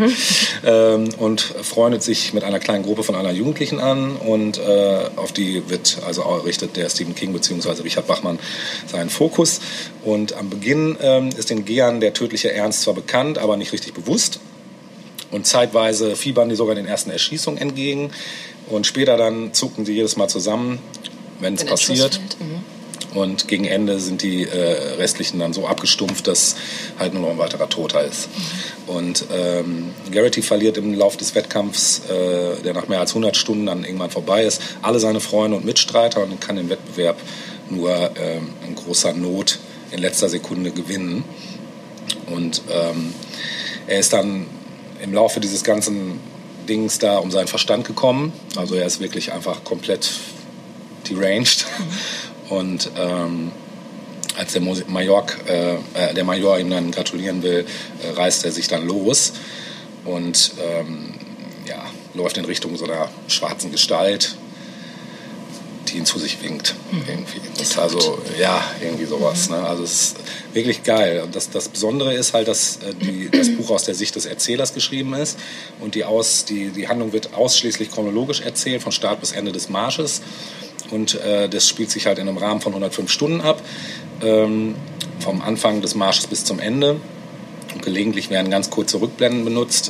Und freundet sich mit einer kleinen Gruppe von anderen Jugendlichen an. Und auf die richtet der Stephen King bzw. Richard Bachman seinen Fokus. Und am Beginn ist den Gehern der tödliche Ernst zwar bekannt, aber nicht richtig bewusst. Und zeitweise fiebern die sogar den ersten Erschießungen entgegen. Und später dann zucken sie jedes Mal zusammen, wenn es passiert. Und gegen Ende sind die restlichen dann so abgestumpft, dass halt nur noch ein weiterer Toter ist. Und Garretti verliert im Laufe des Wettkampfs, der nach mehr als 100 Stunden dann irgendwann vorbei ist, alle seine Freunde und Mitstreiter und kann den Wettbewerb nur in großer Not in letzter Sekunde gewinnen. Und er ist dann im Laufe dieses ganzen Dings da um seinen Verstand gekommen. Also er ist wirklich einfach komplett deranged. Und als der Major ihm dann gratulieren will, reißt er sich dann los und läuft in Richtung so einer schwarzen Gestalt, die ihn zu sich winkt. Irgendwie. Und also, ja, irgendwie sowas. Ne? Also es ist wirklich geil. Und das Besondere ist halt, dass das Buch aus der Sicht des Erzählers geschrieben ist und die Handlung wird ausschließlich chronologisch erzählt, von Start bis Ende des Marsches. Und das spielt sich halt in einem Rahmen von 105 Stunden ab, vom Anfang des Marsches bis zum Ende. Und gelegentlich werden ganz kurze Rückblenden benutzt.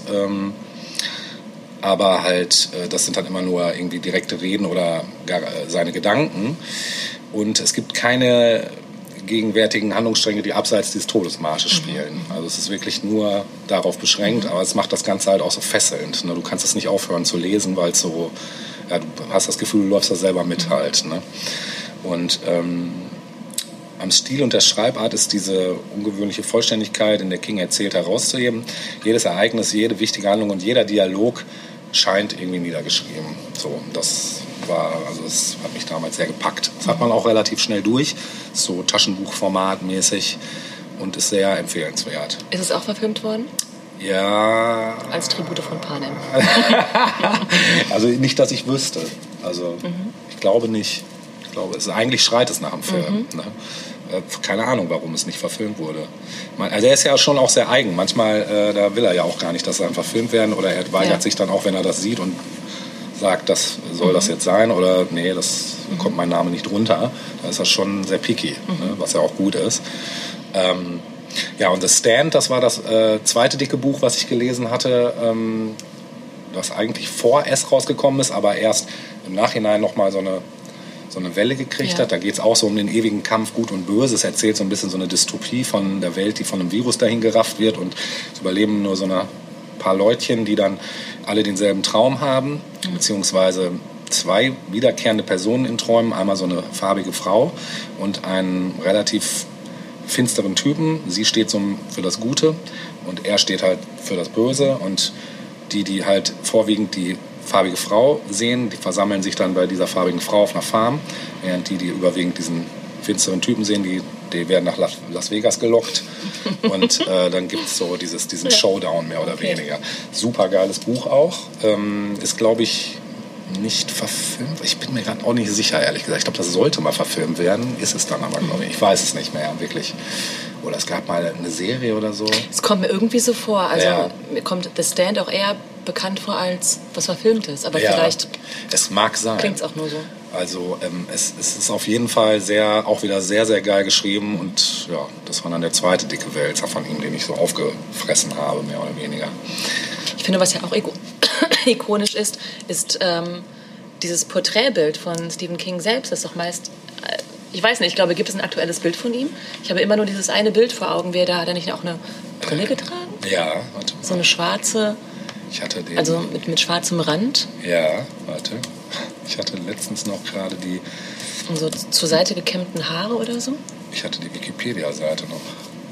Aber halt, das sind halt immer nur irgendwie direkte Reden oder gar seine Gedanken. Und es gibt keine gegenwärtigen Handlungsstränge, die abseits dieses Todesmarsches spielen. Also es ist wirklich nur darauf beschränkt, aber es macht das Ganze halt auch so fesselnd. Ne? Du kannst es nicht aufhören zu lesen, weil es so, ja, du hast das Gefühl, du läufst da selber mit halt. Ne? Und am Stil und der Schreibart ist diese ungewöhnliche Vollständigkeit, in der King erzählt, herauszuheben. Jedes Ereignis, jede wichtige Handlung und jeder Dialog scheint irgendwie niedergeschrieben. So, das das hat mich damals sehr gepackt. Das hat man auch relativ schnell durch, so Taschenbuchformat mäßig und ist sehr empfehlenswert. Ist es auch verfilmt worden? Ja. Als Tribute von Panem. Also nicht, dass ich wüsste. Also ich glaube nicht. Ich glaube, eigentlich schreit es nach einem Film. Ne? Keine Ahnung, warum es nicht verfilmt wurde. Also er ist ja schon auch sehr eigen. Manchmal, da will er ja auch gar nicht, dass er verfilmt werden. Oder er weigert sich dann auch, wenn er das sieht und sagt, das soll das jetzt sein. Oder nee, das kommt mein Name nicht runter. Da ist er schon sehr picky, ne? Was ja auch gut ist. Ja, und The Stand, das war das zweite dicke Buch, was ich gelesen hatte, das eigentlich vor S rausgekommen ist, aber erst im Nachhinein nochmal so eine Welle gekriegt hat. Da geht es auch so um den ewigen Kampf Gut und Böse. Es erzählt so ein bisschen so eine Dystopie von der Welt, die von einem Virus dahin gerafft wird und es überleben nur so ein paar Leutchen, die dann alle denselben Traum haben, beziehungsweise zwei wiederkehrende Personen in Träumen. Einmal so eine farbige Frau und einen relativ finsteren Typen. Sie steht so für das Gute und er steht halt für das Böse. Und die halt vorwiegend die farbige Frau sehen, die versammeln sich dann bei dieser farbigen Frau auf einer Farm, während die überwiegend diesen finsteren Typen sehen, die werden nach Las Vegas gelockt. Und dann gibt es so diesen Showdown mehr oder weniger. Super geiles Buch auch. Ist, glaube ich, nicht verfilmt. Ich bin mir gerade auch nicht sicher, ehrlich gesagt. Ich glaube, das sollte mal verfilmt werden. Ist es dann aber, glaube ich. Ich weiß es nicht mehr, wirklich. Oder es gab mal eine Serie oder so. Es kommt mir irgendwie so vor. Also mir kommt The Stand auch eher bekannt vor als was verfilmt ist. Aber vielleicht es mag sein. Klingt es auch nur so. Also es ist auf jeden Fall auch wieder sehr, sehr geil geschrieben. Und ja, das war dann der zweite dicke Wälzer von ihm, den ich so aufgefressen habe, mehr oder weniger. Ich finde, was ja auch ikonisch ist dieses Porträtbild von Stephen King selbst. Das ist doch meist, ich weiß nicht, ich glaube, gibt es ein aktuelles Bild von ihm? Ich habe immer nur dieses eine Bild vor Augen. Hat er nicht auch eine Brille getragen? Ja, warte mal. So eine schwarze, also mit schwarzem Rand. Ja, warte. Ich hatte letztens noch gerade die... Und so zur Seite gekämmten Haare oder so? Ich hatte die Wikipedia-Seite noch.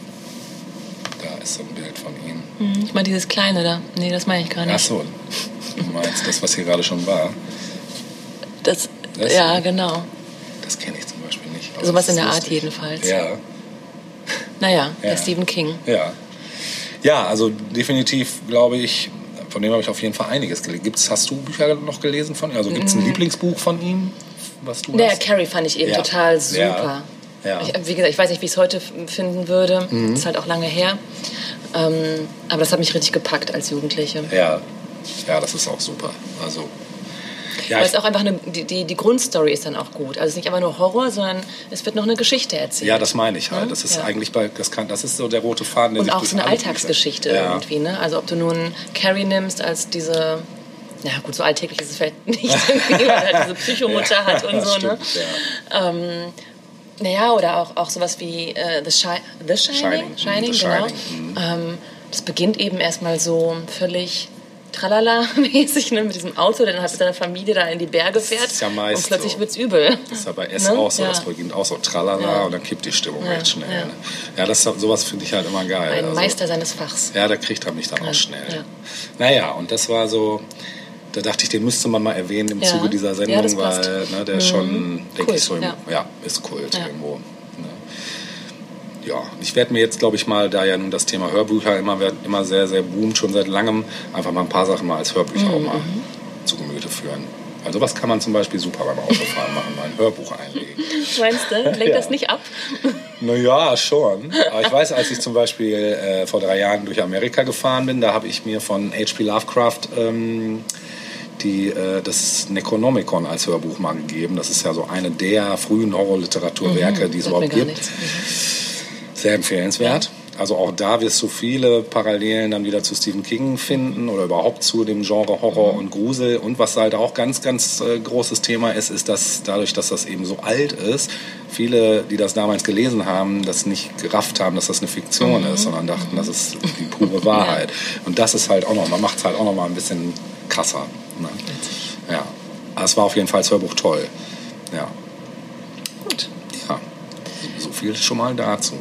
Da ist so ein Bild von ihm. Ich meine dieses kleine da. Nee, das meine ich gar nicht. Ach so, du meinst das, was hier gerade schon war? Das? Ja, genau. Das kenne ich zum Beispiel nicht. Sowas in der Art jedenfalls. Ja. Naja, der Stephen King. Ja. Ja, also definitiv, glaube ich, von dem habe ich auf jeden Fall einiges gelesen. Hast du Bücher noch gelesen von ihm? Also gibt es ein Lieblingsbuch von ihm, was du hast? Carrie fand ich eben total super. Ja. Wie gesagt, ich weiß nicht, wie ich es heute finden würde. Das ist halt auch lange her. Aber das hat mich richtig gepackt als Jugendliche. Ja, das ist auch super. Also, weil es auch einfach die Grundstory ist dann auch gut. Also es ist nicht einfach nur Horror, sondern es wird noch eine Geschichte erzählt. Ja, das meine ich halt. Das ist eigentlich das ist so der rote Faden, der und sich auch so eine Alltagsgeschichte irgendwie. Ne? Also ob du nun Carrie nimmst als diese... Ja gut, so alltäglich ist es vielleicht nicht, weil er halt diese Psychomutter hat und so. Stimmt, ne? Naja, oder auch sowas wie The Shining, genau. Das beginnt eben erstmal so völlig tralala-mäßig, ne, mit diesem Auto, der dann halt mit seiner Familie da in die Berge fährt ja und plötzlich wird's übel. Das ist ja bei S auch so, das beginnt auch so tralala und dann kippt die Stimmung recht schnell. Ja, ne? Sowas finde ich halt immer geil. Ein Meister seines Fachs. Ja, da kriegt er mich dann auch schnell. Ja. Naja, und das war so... Da dachte ich, den müsste man mal erwähnen im Zuge dieser Sendung, weil der schon, denke ich, so ist Kult irgendwo. Ne? Ja, ich werde mir jetzt, glaube ich, mal, da ja nun das Thema Hörbücher immer sehr, sehr boomt, schon seit langem, einfach mal ein paar Sachen mal als Hörbücher auch mal zu Gemüte führen. Also was kann man zum Beispiel super beim Autofahren machen, mal ein Hörbuch einlegen. Meinst du? Lenkt das nicht ab? Naja, schon. Aber ich weiß, als ich zum Beispiel vor 3 Jahren durch Amerika gefahren bin, da habe ich mir von H.P. Lovecraft das Necronomicon als Hörbuch mal gegeben. Das ist ja so eine der frühen Horrorliteraturwerke, die es überhaupt gibt. Sehr empfehlenswert. Also auch da wirst du viele Parallelen dann wieder zu Stephen King finden oder überhaupt zu dem Genre Horror und Grusel. Und was halt auch ganz, ganz großes Thema ist, dass dadurch, dass das eben so alt ist, viele, die das damals gelesen haben, das nicht gerafft haben, dass das eine Fiktion ist, sondern dachten, das ist die pure Wahrheit. Und das ist halt auch noch, man macht es halt auch noch mal ein bisschen krasser. Ne? Ja, aber es war auf jeden Fall das Hörbuch toll. Ja. Gut. Ja, so viel schon mal dazu.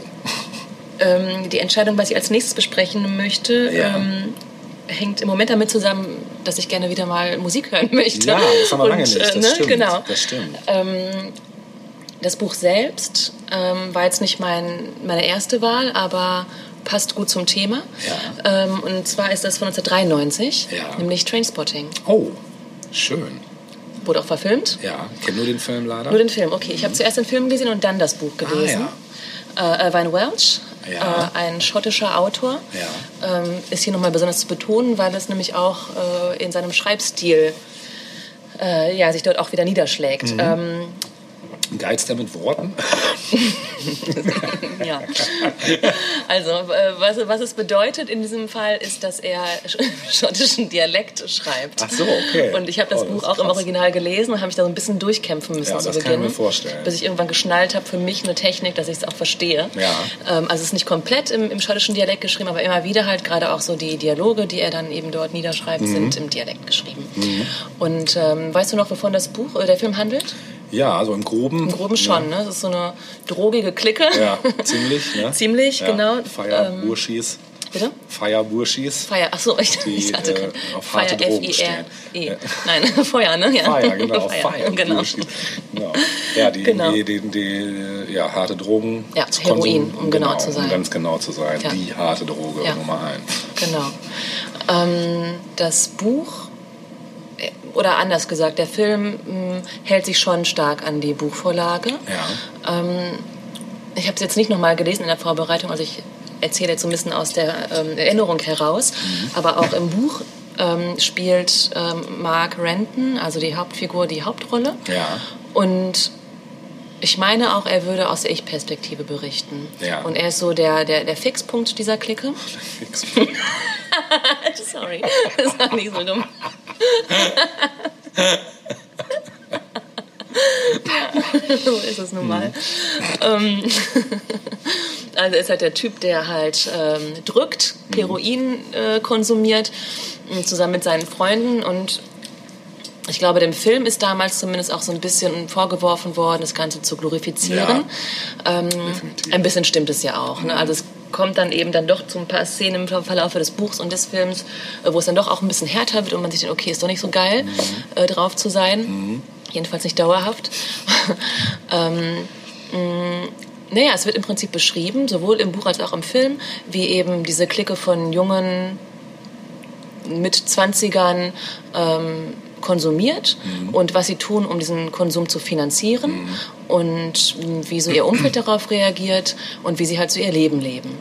Die Entscheidung, was ich als nächstes besprechen möchte, hängt im Moment damit zusammen, dass ich gerne wieder mal Musik hören möchte. Ja, das haben wir lange nicht, das stimmt. Genau. Das stimmt. Das Buch selbst war jetzt nicht meine erste Wahl, aber passt gut zum Thema. Ja. Und zwar ist das von 1993, nämlich Trainspotting. Oh, schön. Wurde auch verfilmt. Ja, ich kenne nur den Film leider. Nur den Film, okay. Ich habe zuerst den Film gesehen und dann das Buch gelesen. Irvine Welsh, ein schottischer Autor, ist hier nochmal besonders zu betonen, weil es nämlich auch in seinem Schreibstil sich dort auch wieder niederschlägt. Geizt er mit Worten? Ja. Also, was es bedeutet in diesem Fall, ist, dass er schottischen Dialekt schreibt. Ach so, okay. Und ich habe das Buch auch im Original gelesen und habe mich da so ein bisschen durchkämpfen müssen zu Beginn. Kann ich mir vorstellen. Bis ich irgendwann geschnallt habe, für mich eine Technik, dass ich es auch verstehe. Ja. Also es ist nicht komplett im schottischen Dialekt geschrieben, aber immer wieder halt gerade auch so die Dialoge, die er dann eben dort niederschreibt, sind im Dialekt geschrieben. Und weißt du noch, wovon der Film handelt? Ja, also im Groben. Im Groben schon, ne? Das ist so eine drogige Clique. Ja, ziemlich, ne? Ziemlich, genau. Feierburschis. Bitte? Feierburschis. Achso, ich hatte auf harte Drogen stehen. Nein, Feuer, ne? Ja. Feier, genau. Feierburschis. Genau. Ja, die harte Drogen. Ja, Heroin, um genau zu sein. Um ganz genau zu sein. Ja. Die harte Droge Nummer 1. Genau. Das Buch, oder anders gesagt, der Film hält sich schon stark an die Buchvorlage. Ja. Ich habe es jetzt nicht nochmal gelesen in der Vorbereitung, also ich erzähle jetzt so ein bisschen aus der Erinnerung heraus, aber auch im Buch spielt Mark Renton, also die Hauptfigur, die Hauptrolle. Ja. Und ich meine auch, er würde aus der Ich-Perspektive berichten. Ja. Und er ist so der Fixpunkt dieser Clique. Fixpunkt. Sorry, das war nicht so dumm. So ist es nun mal. Also ist halt der Typ, der halt drückt, Heroin konsumiert, zusammen mit seinen Freunden. Und ich glaube, dem Film ist damals zumindest auch so ein bisschen vorgeworfen worden, das Ganze zu glorifizieren. Ja, ein bisschen stimmt es ja auch. Ne? Also es kommt dann eben dann doch zu ein paar Szenen im Verlauf des Buchs und des Films, wo es dann doch auch ein bisschen härter wird und man sich denkt, okay, ist doch nicht so geil, drauf zu sein. Jedenfalls nicht dauerhaft. Naja, es wird im Prinzip beschrieben, sowohl im Buch als auch im Film, wie eben diese Clique von jungen Mit-20ern konsumiert und was sie tun, um diesen Konsum zu finanzieren und wie so ihr Umfeld darauf reagiert und wie sie halt so ihr Leben leben.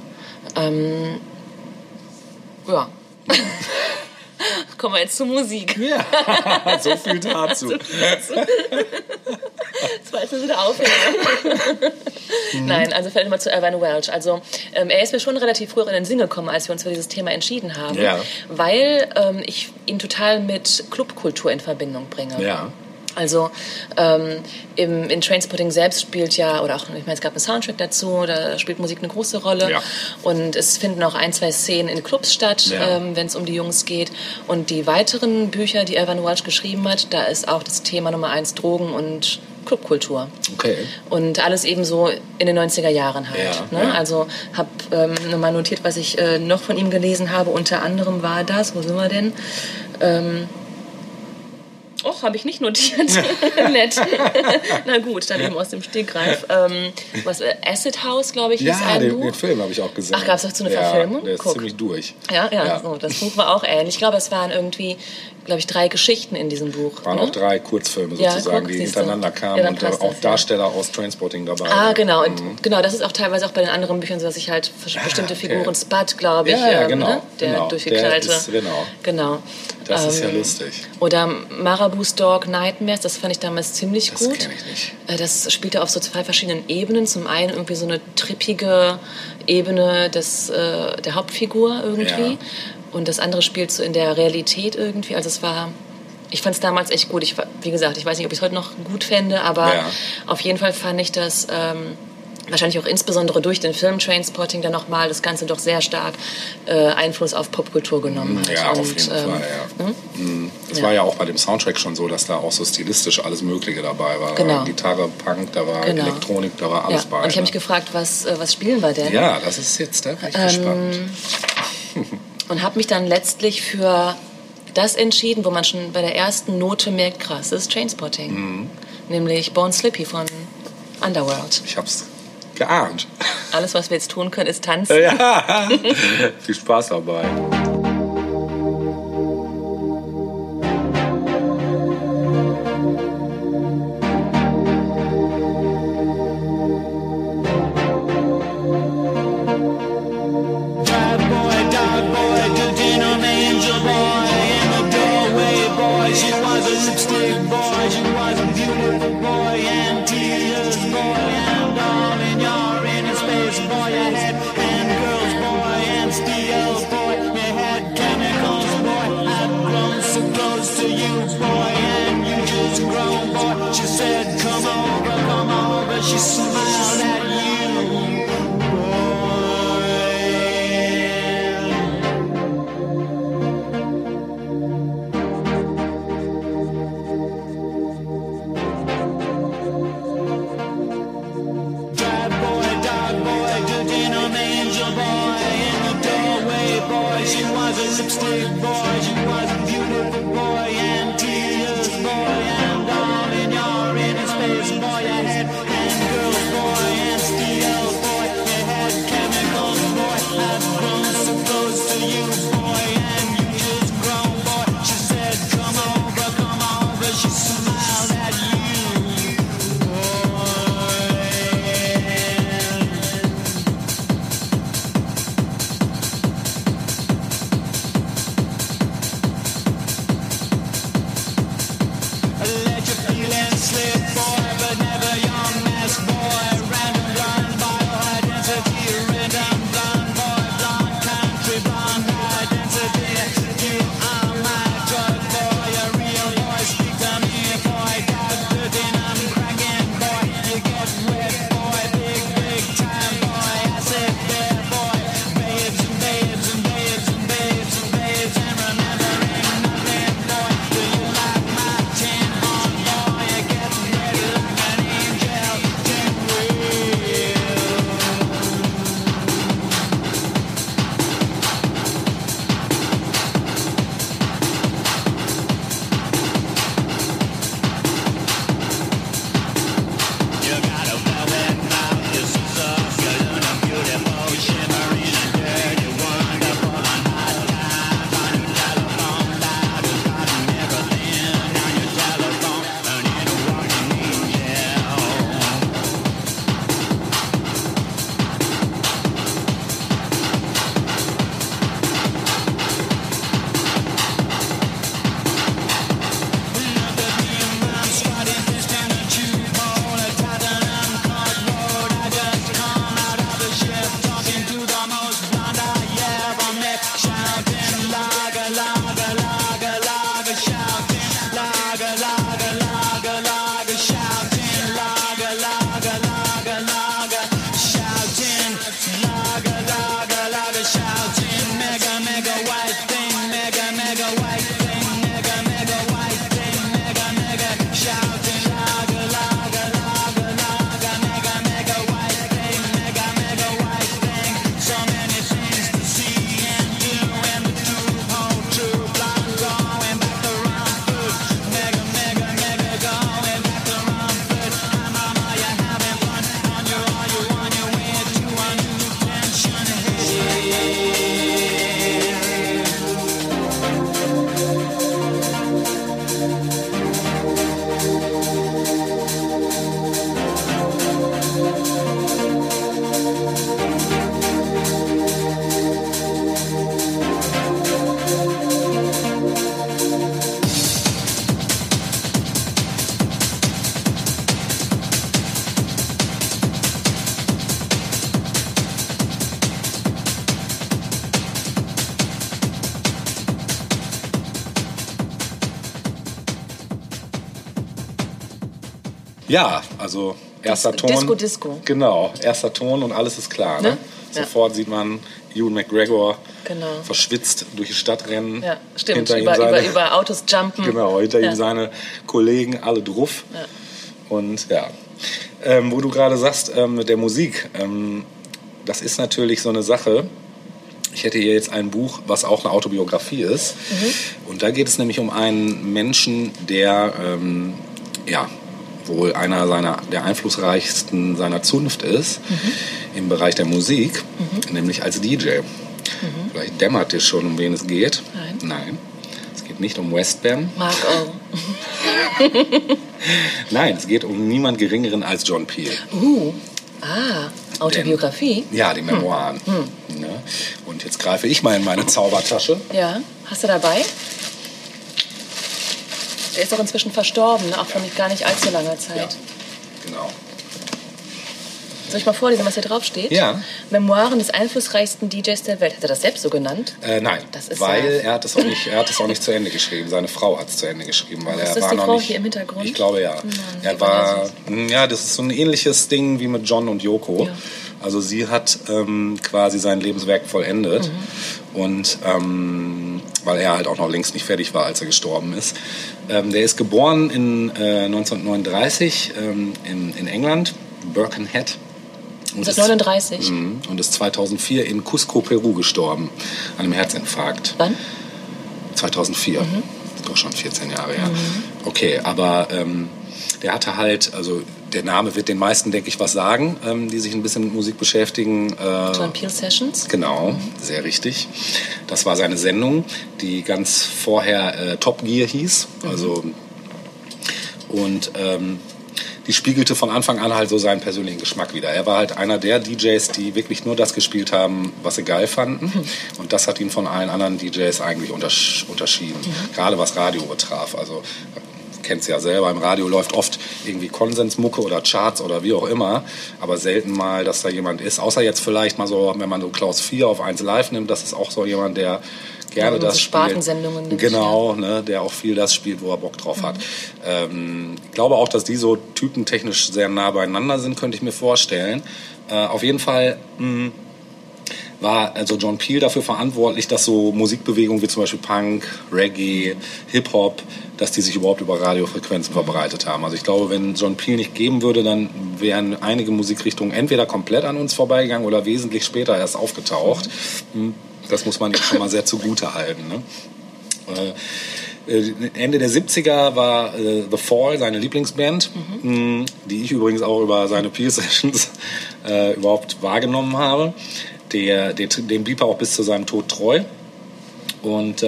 Ja. Kommen wir jetzt zur Musik. Ja, so viel dazu. Das war jetzt nur so der Aufhänger. Nein, also vielleicht mal zu Irvine Welsh. Also er ist mir schon relativ früh in den Sinn gekommen, als wir uns für dieses Thema entschieden haben, weil ich ihn total mit Clubkultur in Verbindung bringe. Ja. Also in Trainspotting selbst spielt ja, oder auch, ich meine, es gab einen Soundtrack dazu, da spielt Musik eine große Rolle. Ja. Und es finden auch 1, 2 Szenen in Clubs statt, wenn es um die Jungs geht. Und die weiteren Bücher, die Irvine Welsh geschrieben hat, da ist auch das Thema Nummer 1 Drogen und Clubkultur. Okay. Und alles eben so in den 90er Jahren halt. Ja, ne? ja. Also habe nochmal notiert, was ich noch von ihm gelesen habe. Unter anderem war das, wo sind wir denn? Habe ich nicht notiert. Nett. Na gut, dann eben aus dem Stegreif. Acid House, glaube ich, hieß ein Buch. Den Film habe ich auch gesehen. Ach, gab es dazu eine Verfilmung? Der ist ziemlich durch. Ja. So, das Buch war auch ähnlich. Ich glaube, es waren irgendwie, 3 Geschichten in diesem Buch. Waren auch 3 Kurzfilme sozusagen, die hintereinander kamen und auch Darsteller aus Trainspotting dabei. Ah, genau. Und genau, das ist auch teilweise auch bei den anderen Büchern so, dass ich halt bestimmte Figuren, Spud, glaube ich, genau, der durchgeknallte. Genau. Das ist ja lustig. Oder Marabou's Dog Nightmares, das fand ich damals ziemlich gut. Das kenne ich nicht. Das spielte auf so 2 verschiedenen Ebenen. Zum einen irgendwie so eine trippige Ebene der Hauptfigur irgendwie. Ja. Und das andere spielt so in der Realität irgendwie. Also ich fand es damals echt gut. Wie gesagt, ich weiß nicht, ob ich es heute noch gut fände, aber auf jeden Fall fand ich das wahrscheinlich auch insbesondere durch den Film Trainspotting dann nochmal das Ganze doch sehr stark Einfluss auf Popkultur genommen hat. Ja, auf jeden Fall, ja. Es war ja auch bei dem Soundtrack schon so, dass da auch so stilistisch alles Mögliche dabei war. Genau. Da war Gitarre, Punk, da war Elektronik, da war alles bei. Und ich habe mich gefragt, was spielen wir denn? Ja, das ist jetzt da recht gespannt. Und habe mich dann letztlich für das entschieden, wo man schon bei der ersten Note merkt, krass, das ist Trainspotting. Nämlich Born Slippy von Underworld. Ich hab's geahnt. Alles, was wir jetzt tun können, ist tanzen. Ja, viel Spaß dabei. Ja, also erster Ton. Disco. Genau, erster Ton und alles ist klar. Ne? Sofort sieht man Ewan McGregor verschwitzt durch die Stadt rennen. Ja, stimmt, über Autos jumpen. Genau, hinter ihm seine Kollegen, alle drauf. Ja. Und ja, wo du gerade sagst, mit der Musik, das ist natürlich so eine Sache. Ich hätte hier jetzt ein Buch, was auch eine Autobiografie ist. Und da geht es nämlich um einen Menschen, der wohl einer der einflussreichsten seiner Zunft ist im Bereich der Musik, nämlich als DJ. Vielleicht dämmert dir schon, um wen es geht. Nein. Es geht nicht um Westbam. Mark O. Nein, es geht um niemand Geringeren als John Peel. Autobiografie? Ja, die Memoiren. Ja. Und jetzt greife ich mal in meine Zaubertasche. Ja, hast du dabei? Der ist doch inzwischen verstorben, auch vor gar nicht allzu langer Zeit. Ja, genau. Soll ich mal vorlesen, was hier drauf steht? Ja. Memoiren des einflussreichsten DJs der Welt. Hat er das selbst so genannt? Nein, weil er hat es auch nicht zu Ende geschrieben. Seine Frau hat es zu Ende geschrieben. Weil ist er das war die noch Frau nicht, hier im Hintergrund? Ich glaube, ja. Das ist so ein ähnliches Ding wie mit John und Yoko. Ja. Also sie hat quasi sein Lebenswerk vollendet. Und weil er halt auch noch längst nicht fertig war, als er gestorben ist. Der ist geboren in 1939 in England, Birkenhead. Und ist 39? Und ist 2004 in Cusco, Peru gestorben, an einem Herzinfarkt. Wann? 2004. Doch schon 14 Jahre, ja. Okay, aber der hatte halt, also der Name wird den meisten, denke ich, was sagen, die sich ein bisschen mit Musik beschäftigen. John Peel Sessions? Genau, sehr richtig. Das war seine Sendung, die ganz vorher Top Gear hieß. Also, und die spiegelte von Anfang an halt so seinen persönlichen Geschmack wider. Er war halt einer der DJs, die wirklich nur das gespielt haben, was sie geil fanden. Und das hat ihn von allen anderen DJs eigentlich unterschieden. Gerade was Radio betraf. Also, kennt es ja selber, im Radio läuft oft irgendwie Konsensmucke oder Charts oder wie auch immer, aber selten mal, dass da jemand ist, außer jetzt vielleicht mal so, wenn man so Klaus 4 auf 1 Live nimmt, das ist auch so jemand, der gerne das so spielt. Spartensendungen nimmt, genau, ne, der auch viel das spielt, wo er Bock drauf hat. Ich glaube auch, dass die so typentechnisch sehr nah beieinander sind, könnte ich mir vorstellen. Auf jeden Fall war also John Peel dafür verantwortlich, dass so Musikbewegungen wie zum Beispiel Punk, Reggae, Hip-Hop, dass die sich überhaupt über Radiofrequenzen verbreitet haben. Also ich glaube, wenn John Peel nicht geben würde, dann wären einige Musikrichtungen entweder komplett an uns vorbeigegangen oder wesentlich später erst aufgetaucht. Das muss man schon mal sehr zugute halten. Ne? Ende der 70er war The Fall seine Lieblingsband, die ich übrigens auch über seine Peel Sessions überhaupt wahrgenommen habe. Dem blieb er auch bis zu seinem Tod treu. Und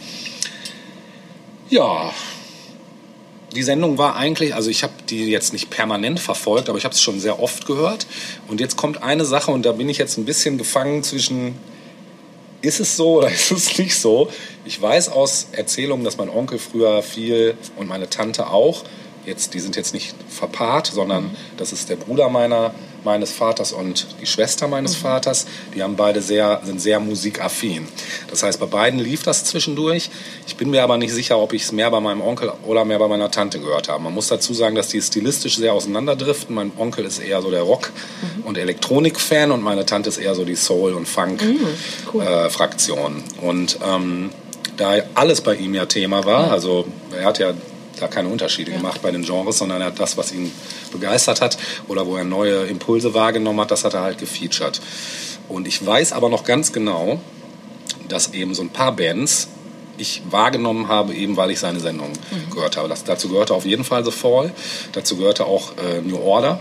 die Sendung war eigentlich, also ich habe die jetzt nicht permanent verfolgt, aber ich habe es schon sehr oft gehört. Und jetzt kommt eine Sache und da bin ich jetzt ein bisschen gefangen zwischen, ist es so oder ist es nicht so? Ich weiß aus Erzählungen, dass mein Onkel früher viel und meine Tante auch, die sind jetzt nicht verpaart, sondern das ist der Bruder meines Vaters und die Schwester meines Vaters. Die haben beide sind sehr musikaffin. Das heißt, bei beiden lief das zwischendurch. Ich bin mir aber nicht sicher, ob ich es mehr bei meinem Onkel oder mehr bei meiner Tante gehört habe. Man muss dazu sagen, dass die stilistisch sehr auseinanderdriften. Mein Onkel ist eher so der Rock- und Elektronik-Fan und meine Tante ist eher so die Soul- und Funk-Fraktion. Und da alles bei ihm ja Thema war, also er hat ja da keine Unterschiede gemacht bei den Genres, sondern er hat das, was ihn begeistert hat oder wo er neue Impulse wahrgenommen hat, das hat er halt gefeatured. Und ich weiß aber noch ganz genau, dass eben so ein paar Bands ich wahrgenommen habe, eben weil ich seine Sendung gehört habe. Dazu gehörte auf jeden Fall The Fall, dazu gehörte auch New Order.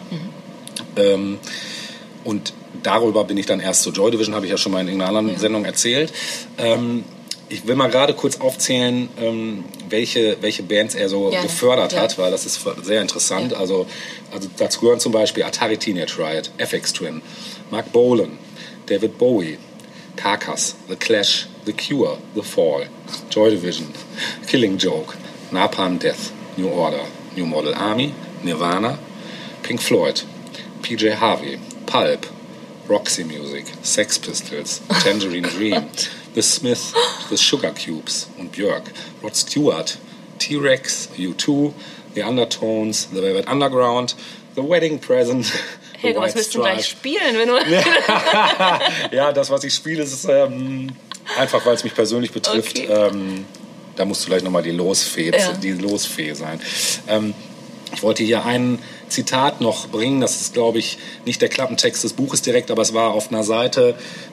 Und darüber bin ich dann erst zu Joy Division, habe ich ja schon mal in irgendeiner anderen Sendung erzählt. Ich will mal gerade kurz aufzählen, welche Bands er so gefördert hat, weil das ist sehr interessant. Ja. Also dazu gehören zum Beispiel Atari Teenage Riot, FX Twin, Mark Bolan, David Bowie, Carcass, The Clash, The Cure, The Fall, Joy Division, Killing Joke, Napalm Death, New Order, New Model Army, Nirvana, Pink Floyd, PJ Harvey, Pulp, Roxy Music, Sex Pistols, Tangerine Dream, The Smiths, The Sugar Cubes und Björk, Rod Stewart, T-Rex, U2, The Undertones, The Velvet Underground, The Wedding Present. Helge, was willst du gleich spielen, wenn du... Ja, das, was ich spiele, ist einfach, weil es mich persönlich betrifft. Okay. Da musst du gleich nochmal die Losfee sein. Ich wollte hier ein Zitat noch bringen, das ist, glaube ich, nicht der Klappentext des Buches direkt, aber es war auf einer Seite,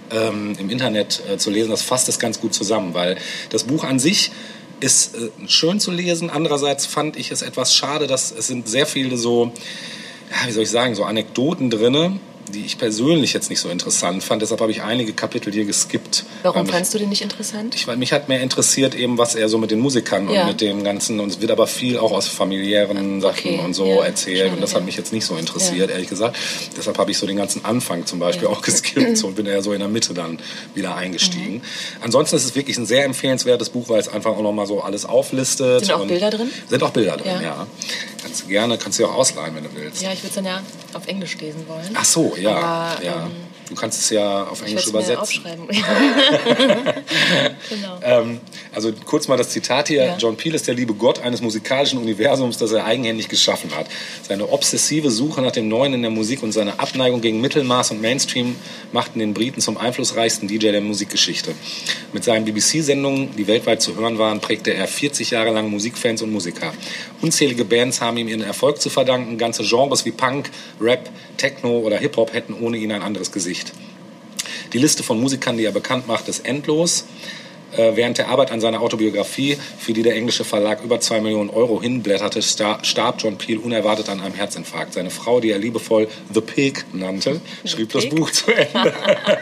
im Internet zu lesen. Das fasst es ganz gut zusammen, weil das Buch an sich ist schön zu lesen. Andererseits fand ich es etwas schade, dass es sind sehr viele so, ja, wie soll ich sagen, so Anekdoten drinne, die ich persönlich jetzt nicht so interessant fand. Deshalb habe ich einige Kapitel hier geskippt. Warum fandst du den nicht interessant? Mich hat mehr interessiert eben, was er so mit den Musikern und mit dem Ganzen, und es wird aber viel auch aus familiären Sachen und so erzählt, und das hat mich jetzt nicht so interessiert, ehrlich gesagt. Deshalb habe ich so den ganzen Anfang zum Beispiel auch geskippt und bin eher so in der Mitte dann wieder eingestiegen. Ansonsten ist es wirklich ein sehr empfehlenswertes Buch, weil es einfach auch nochmal so alles auflistet. Sind auch Bilder drin? Sind auch Bilder drin, ja. Kannst du auch ausleihen, wenn du willst. Ja, ich würde es dann ja auf Englisch lesen wollen. Ach so, ja. Aber, ja. Du kannst es ja auf Englisch übersetzen. Ich aufschreiben. Genau. Also kurz mal das Zitat hier. Ja. John Peel ist der liebe Gott eines musikalischen Universums, das er eigenhändig geschaffen hat. Seine obsessive Suche nach dem Neuen in der Musik und seine Abneigung gegen Mittelmaß und Mainstream machten den Briten zum einflussreichsten DJ der Musikgeschichte. Mit seinen BBC-Sendungen, die weltweit zu hören waren, prägte er 40 Jahre lang Musikfans und Musiker. Unzählige Bands haben ihm ihren Erfolg zu verdanken. Ganze Genres wie Punk, Rap, Techno oder Hip-Hop hätten ohne ihn ein anderes Gesicht. Die Liste von Musikern, die er bekannt macht, ist endlos. Während der Arbeit an seiner Autobiografie, für die der englische Verlag über 2 Millionen Euro hinblätterte, starb John Peel unerwartet an einem Herzinfarkt. Seine Frau, die er liebevoll The Pig nannte, schrieb das Buch zu Ende.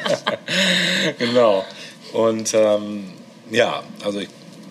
Genau. Und also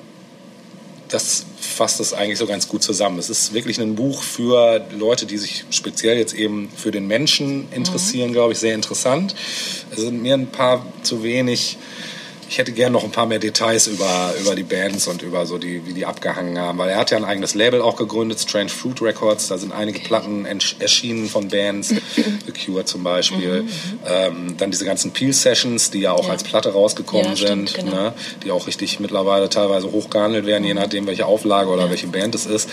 das fasst es eigentlich so ganz gut zusammen. Es ist wirklich ein Buch für Leute, die sich speziell jetzt eben für den Menschen interessieren, glaube ich, sehr interessant. Es sind mir ein paar zu wenig. Ich hätte gerne noch ein paar mehr Details über die Bands und über so wie die abgehangen haben, weil er hat ja ein eigenes Label auch gegründet, Strange Fruit Records, da sind einige Platten erschienen von Bands, The Cure zum Beispiel, dann diese ganzen Peel Sessions, die ja auch als Platte rausgekommen sind, genau. Ne, die auch richtig mittlerweile teilweise hoch gehandelt werden, je nachdem welche Auflage oder welche Band es ist.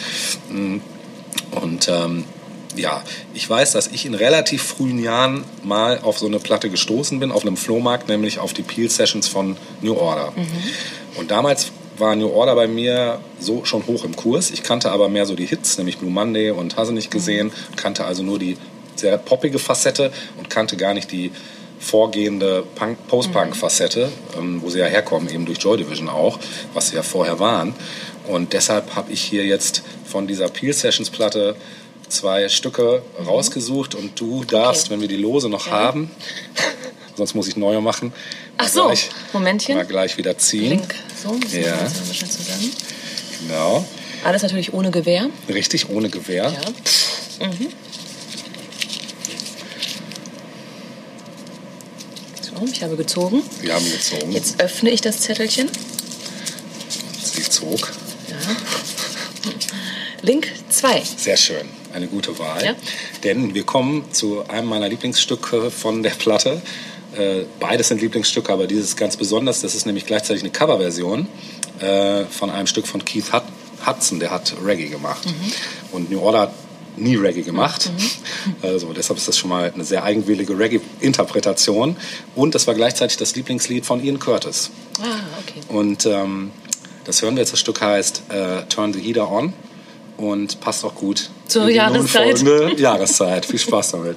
Und ich weiß, dass ich in relativ frühen Jahren mal auf so eine Platte gestoßen bin, auf einem Flohmarkt, nämlich auf die Peel Sessions von New Order. Und damals war New Order bei mir so schon hoch im Kurs. Ich kannte aber mehr so die Hits, nämlich Blue Monday und Hast du nicht gesehen, kannte also nur die sehr poppige Facette und kannte gar nicht die vorgehende Post-Punk-Facette, wo sie ja herkommen, eben durch Joy Division auch, was sie ja vorher waren. Und deshalb habe ich hier jetzt von dieser Peel Sessions Platte 2 Stücke rausgesucht und du darfst, wenn wir die Lose noch haben, sonst muss ich neue machen. Ach so, Momentchen. Mal gleich wieder ziehen. Link, so, ein bisschen zusammen. Genau. Alles natürlich ohne Gewehr. Richtig, ohne Gewehr. Ja. So, ich habe gezogen. Wir haben gezogen. Jetzt öffne ich das Zettelchen. Sie zog. Ja. Link 2. Sehr schön. Eine gute Wahl. Ja. Denn wir kommen zu einem meiner Lieblingsstücke von der Platte. Beides sind Lieblingsstücke, aber dieses ist ganz besonders. Das ist nämlich gleichzeitig eine Coverversion von einem Stück von Keith Hudson. Der hat Reggae gemacht. Und New Order hat nie Reggae gemacht. Also deshalb ist das schon mal eine sehr eigenwillige Reggae-Interpretation. Und das war gleichzeitig das Lieblingslied von Ian Curtis. Ah, okay. Und das hören wir jetzt. Das Stück heißt Turn the Heater On. Und passt auch gut zur Jahreszeit. Folgende Jahreszeit. Viel Spaß damit.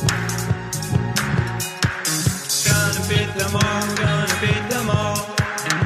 Gonna beat them all.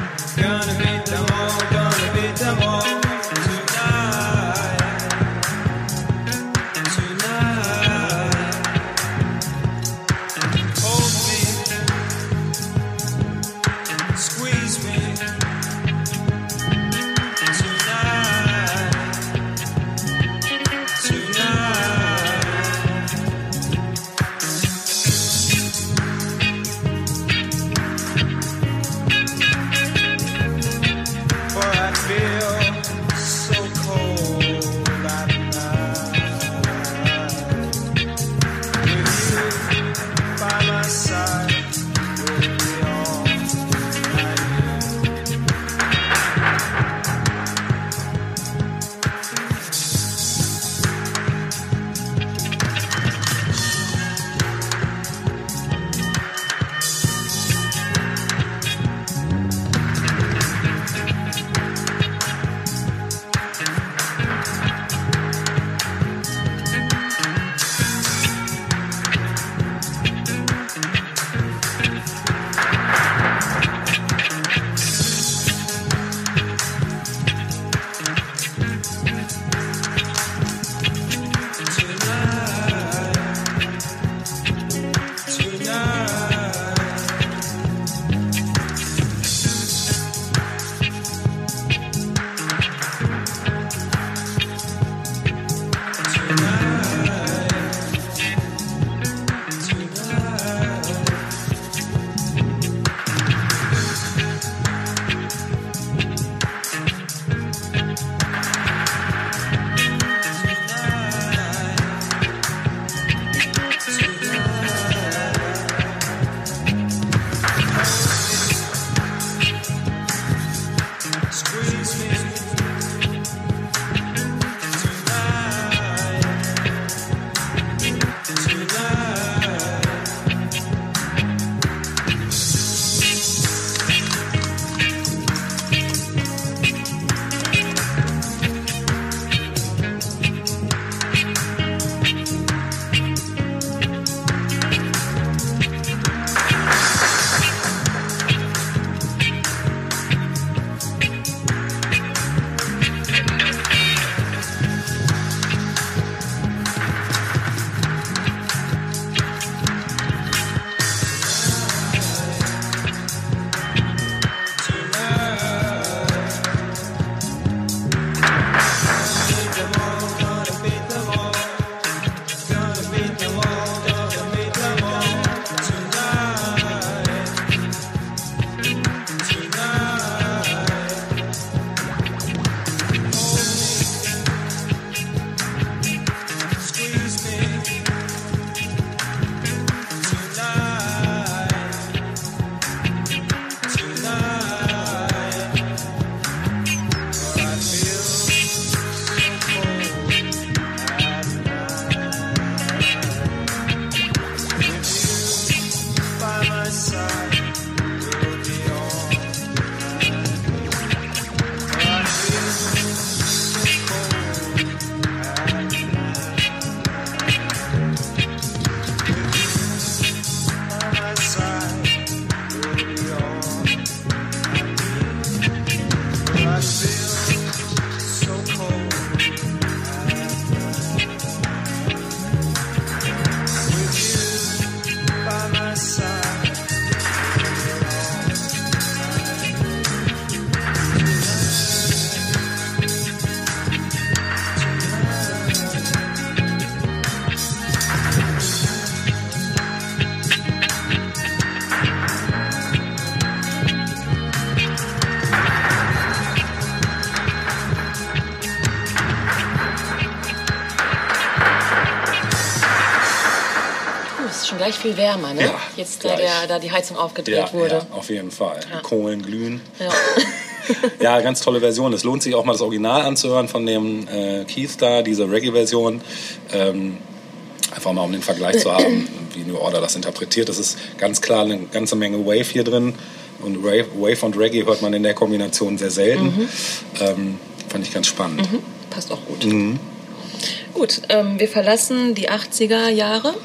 schon gleich viel wärmer, ne? Ja, jetzt, gleich. da die Heizung aufgedreht wurde. Ja, auf jeden Fall. Ja. Die Kohlen glühen. Ja. Ja, ganz tolle Version. Es lohnt sich auch mal das Original anzuhören von dem Keith da, diese Reggae-Version. Einfach mal um den Vergleich zu haben, wie New Order das interpretiert. Das ist ganz klar eine ganze Menge Wave hier drin. Und Wave und Reggae hört man in der Kombination sehr selten. Fand ich ganz spannend. Passt auch gut. Gut, wir verlassen die 80er Jahre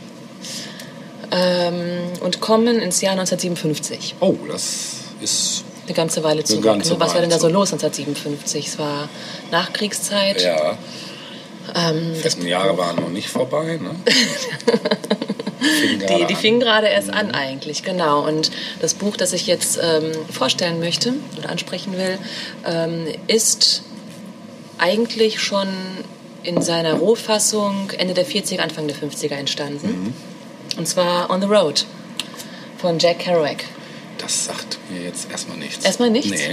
und kommen ins Jahr 1957. Oh, das ist eine ganze Weile zurück. Was war denn da so los 1957? Es war Nachkriegszeit. Ja. Die ersten Jahre waren noch nicht vorbei, ne? Die fingen gerade erst an eigentlich, genau. Und das Buch, das ich jetzt vorstellen möchte oder ansprechen will, ist eigentlich schon in seiner Rohfassung Ende der 40er, Anfang der 50er entstanden. Und zwar On the Road von Jack Kerouac. Das sagt mir jetzt erstmal nichts. Erstmal nichts? Nee.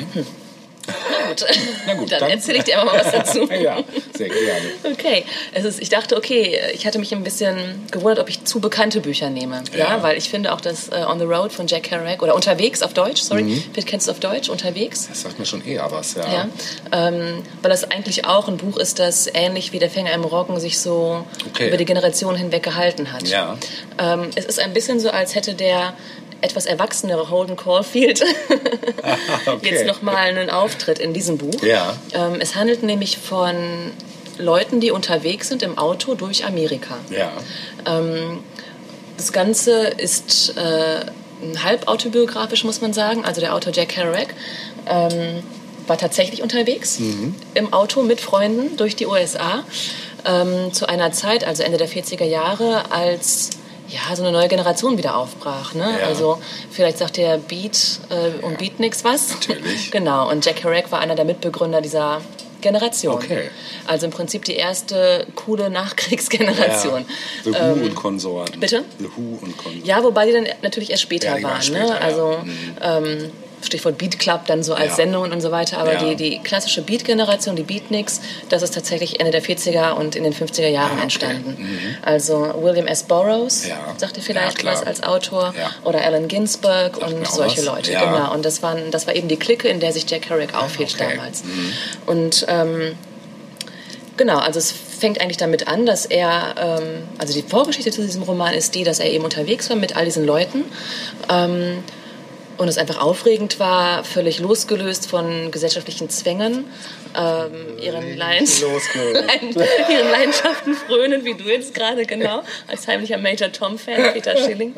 Na gut, dann erzähle ich dir aber mal was dazu. Ja, sehr gerne. Okay, ich dachte, okay, ich hatte mich ein bisschen gewundert, ob ich zu bekannte Bücher nehme. Ja, weil ich finde auch das On the Road von Jack Kerouac, oder Unterwegs auf Deutsch, vielleicht kennst du auf Deutsch, Unterwegs. Das sagt mir schon eher was, ja. Weil das eigentlich auch ein Buch ist, das ähnlich wie Der Fänger im Roggen sich so über die Generationen hinweg gehalten hat. Ja. Es ist ein bisschen so, als hätte der etwas erwachsenere Holden Caulfield jetzt nochmal einen Auftritt in diesem Buch. Ja. Es handelt nämlich von Leuten, die unterwegs sind im Auto durch Amerika. Ja. Das Ganze ist halb autobiografisch, muss man sagen. Also der Autor Jack Kerouac war tatsächlich unterwegs im Auto mit Freunden durch die USA zu einer Zeit, also Ende der 40er Jahre, als so eine neue Generation wieder aufbrach. Ne? Ja. Also vielleicht sagt der Beat und Beatniks was. Natürlich. Genau, und Jack Kerouac war einer der Mitbegründer dieser Generation. Okay. Also im Prinzip die erste coole Nachkriegsgeneration. Ja. The Who und Konsorten. Bitte? The Who und Konsorten. Ja, wobei die dann natürlich erst später die waren. später, ne? Also Stichwort Beat Club dann so als Sendungen und so weiter. Aber die klassische Beat-Generation, die Beatniks, das ist tatsächlich Ende der 40er und in den 50er Jahren entstanden. Also William S. Burroughs, sagt ihr vielleicht was als Autor, oder Allen Ginsberg und solche Leute. Ja. Genau. Und das war eben die Clique, in der sich Jack Kerouac aufhielt damals. Und genau, also es fängt eigentlich damit an, dass er, also die Vorgeschichte zu diesem Roman ist die, dass er eben unterwegs war mit all diesen Leuten und es einfach aufregend war, völlig losgelöst von gesellschaftlichen Zwängen, ihren Leidenschaften frönen, wie du jetzt gerade, genau, als heimlicher Major Tom-Fan, Peter Schilling.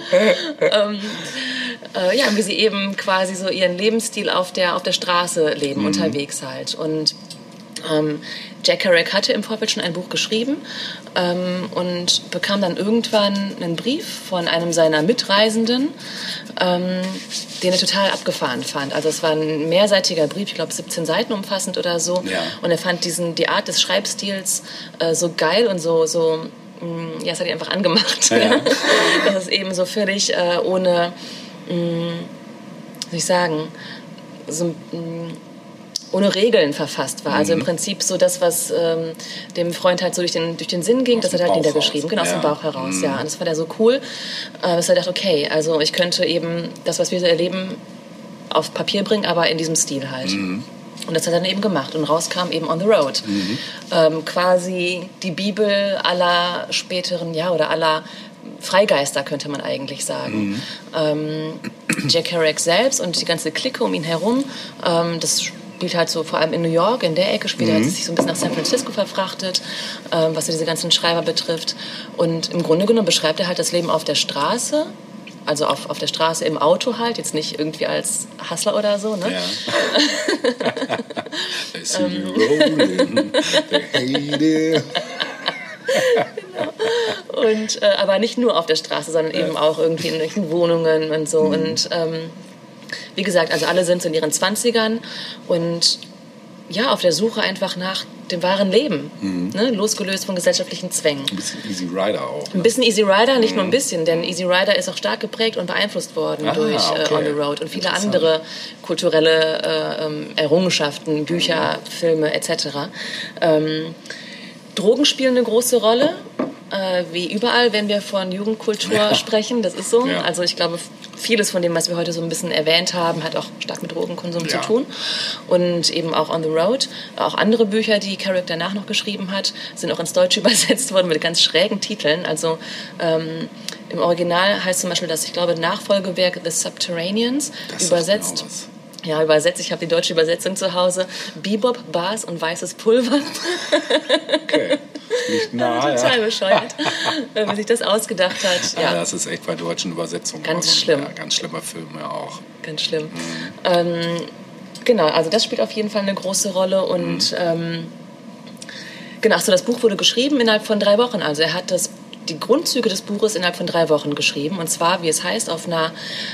Wie sie eben quasi so ihren Lebensstil auf der Straße leben, unterwegs halt. Und Jack Kerouac hatte im Vorfeld schon ein Buch geschrieben und bekam dann irgendwann einen Brief von einem seiner Mitreisenden, den er total abgefahren fand. Also es war ein mehrseitiger Brief, ich glaube 17 Seiten umfassend oder so. Ja. Und er fand die Art des Schreibstils so geil und so es hat ihn einfach angemacht. Ja. Das ist eben so völlig ohne, wie soll ich sagen, so ohne Regeln verfasst war. Also im Prinzip so das, was dem Freund halt so durch den Sinn ging, das hat er halt niedergeschrieben. Genau, aus dem Bauch heraus, ja. Und das fand er so cool, dass er dachte, okay, also ich könnte eben das, was wir so erleben, auf Papier bringen, aber in diesem Stil halt. Und das hat er dann eben gemacht. Und rauskam eben On the Road. Quasi die Bibel aller späteren, oder aller Freigeister, könnte man eigentlich sagen. Jack Kerouac selbst und die ganze Clique um ihn herum, das spielt halt so vor allem in New York, in der Ecke später hat es sich so ein bisschen nach San Francisco verfrachtet, was so diese ganzen Schreiber betrifft. Und im Grunde genommen beschreibt er halt das Leben auf der Straße, also auf der Straße im Auto halt, jetzt nicht irgendwie als Hustler oder so, ne? Ja. I see you rolling, they hate it. Genau. Und, aber nicht nur auf der Straße, sondern eben auch irgendwie in irgendwelchen Wohnungen und so. Und wie gesagt, also alle sind so in ihren 20ern und auf der Suche einfach nach dem wahren Leben, ne? Losgelöst von gesellschaftlichen Zwängen. Ein bisschen Easy Rider auch. Ne? Ein bisschen Easy Rider, nicht nur ein bisschen, denn Easy Rider ist auch stark geprägt und beeinflusst worden durch On the Road und viele andere kulturelle Errungenschaften, Bücher, Filme etc. Drogen spielen eine große Rolle. wie überall, wenn wir von Jugendkultur sprechen. Das ist so. Ja. Also ich glaube, vieles von dem, was wir heute so ein bisschen erwähnt haben, hat auch stark mit Drogenkonsum zu tun. Und eben auch On the Road. Auch andere Bücher, die Kerouac danach noch geschrieben hat, sind auch ins Deutsche übersetzt worden mit ganz schrägen Titeln. Also im Original heißt zum Beispiel das, ich glaube, Nachfolgewerk The Subterraneans, das übersetzt. Genau was. Ja, übersetzt. Ich habe die deutsche Übersetzung zu Hause. Bebop, Bars und weißes Pulver. Okay. Nicht nah, total bescheuert, wenn sich das ausgedacht hat. Ja. Das ist echt bei deutschen Übersetzungen. Ganz schlimm. Ja, ganz schlimmer Film, ja auch. Ganz schlimm. Genau, also das spielt auf jeden Fall eine große Rolle. Und genau, so das Buch wurde geschrieben innerhalb von 3 Wochen. Also er hat die Grundzüge des Buches innerhalb von 3 Wochen geschrieben. Und zwar, wie es heißt, auf einer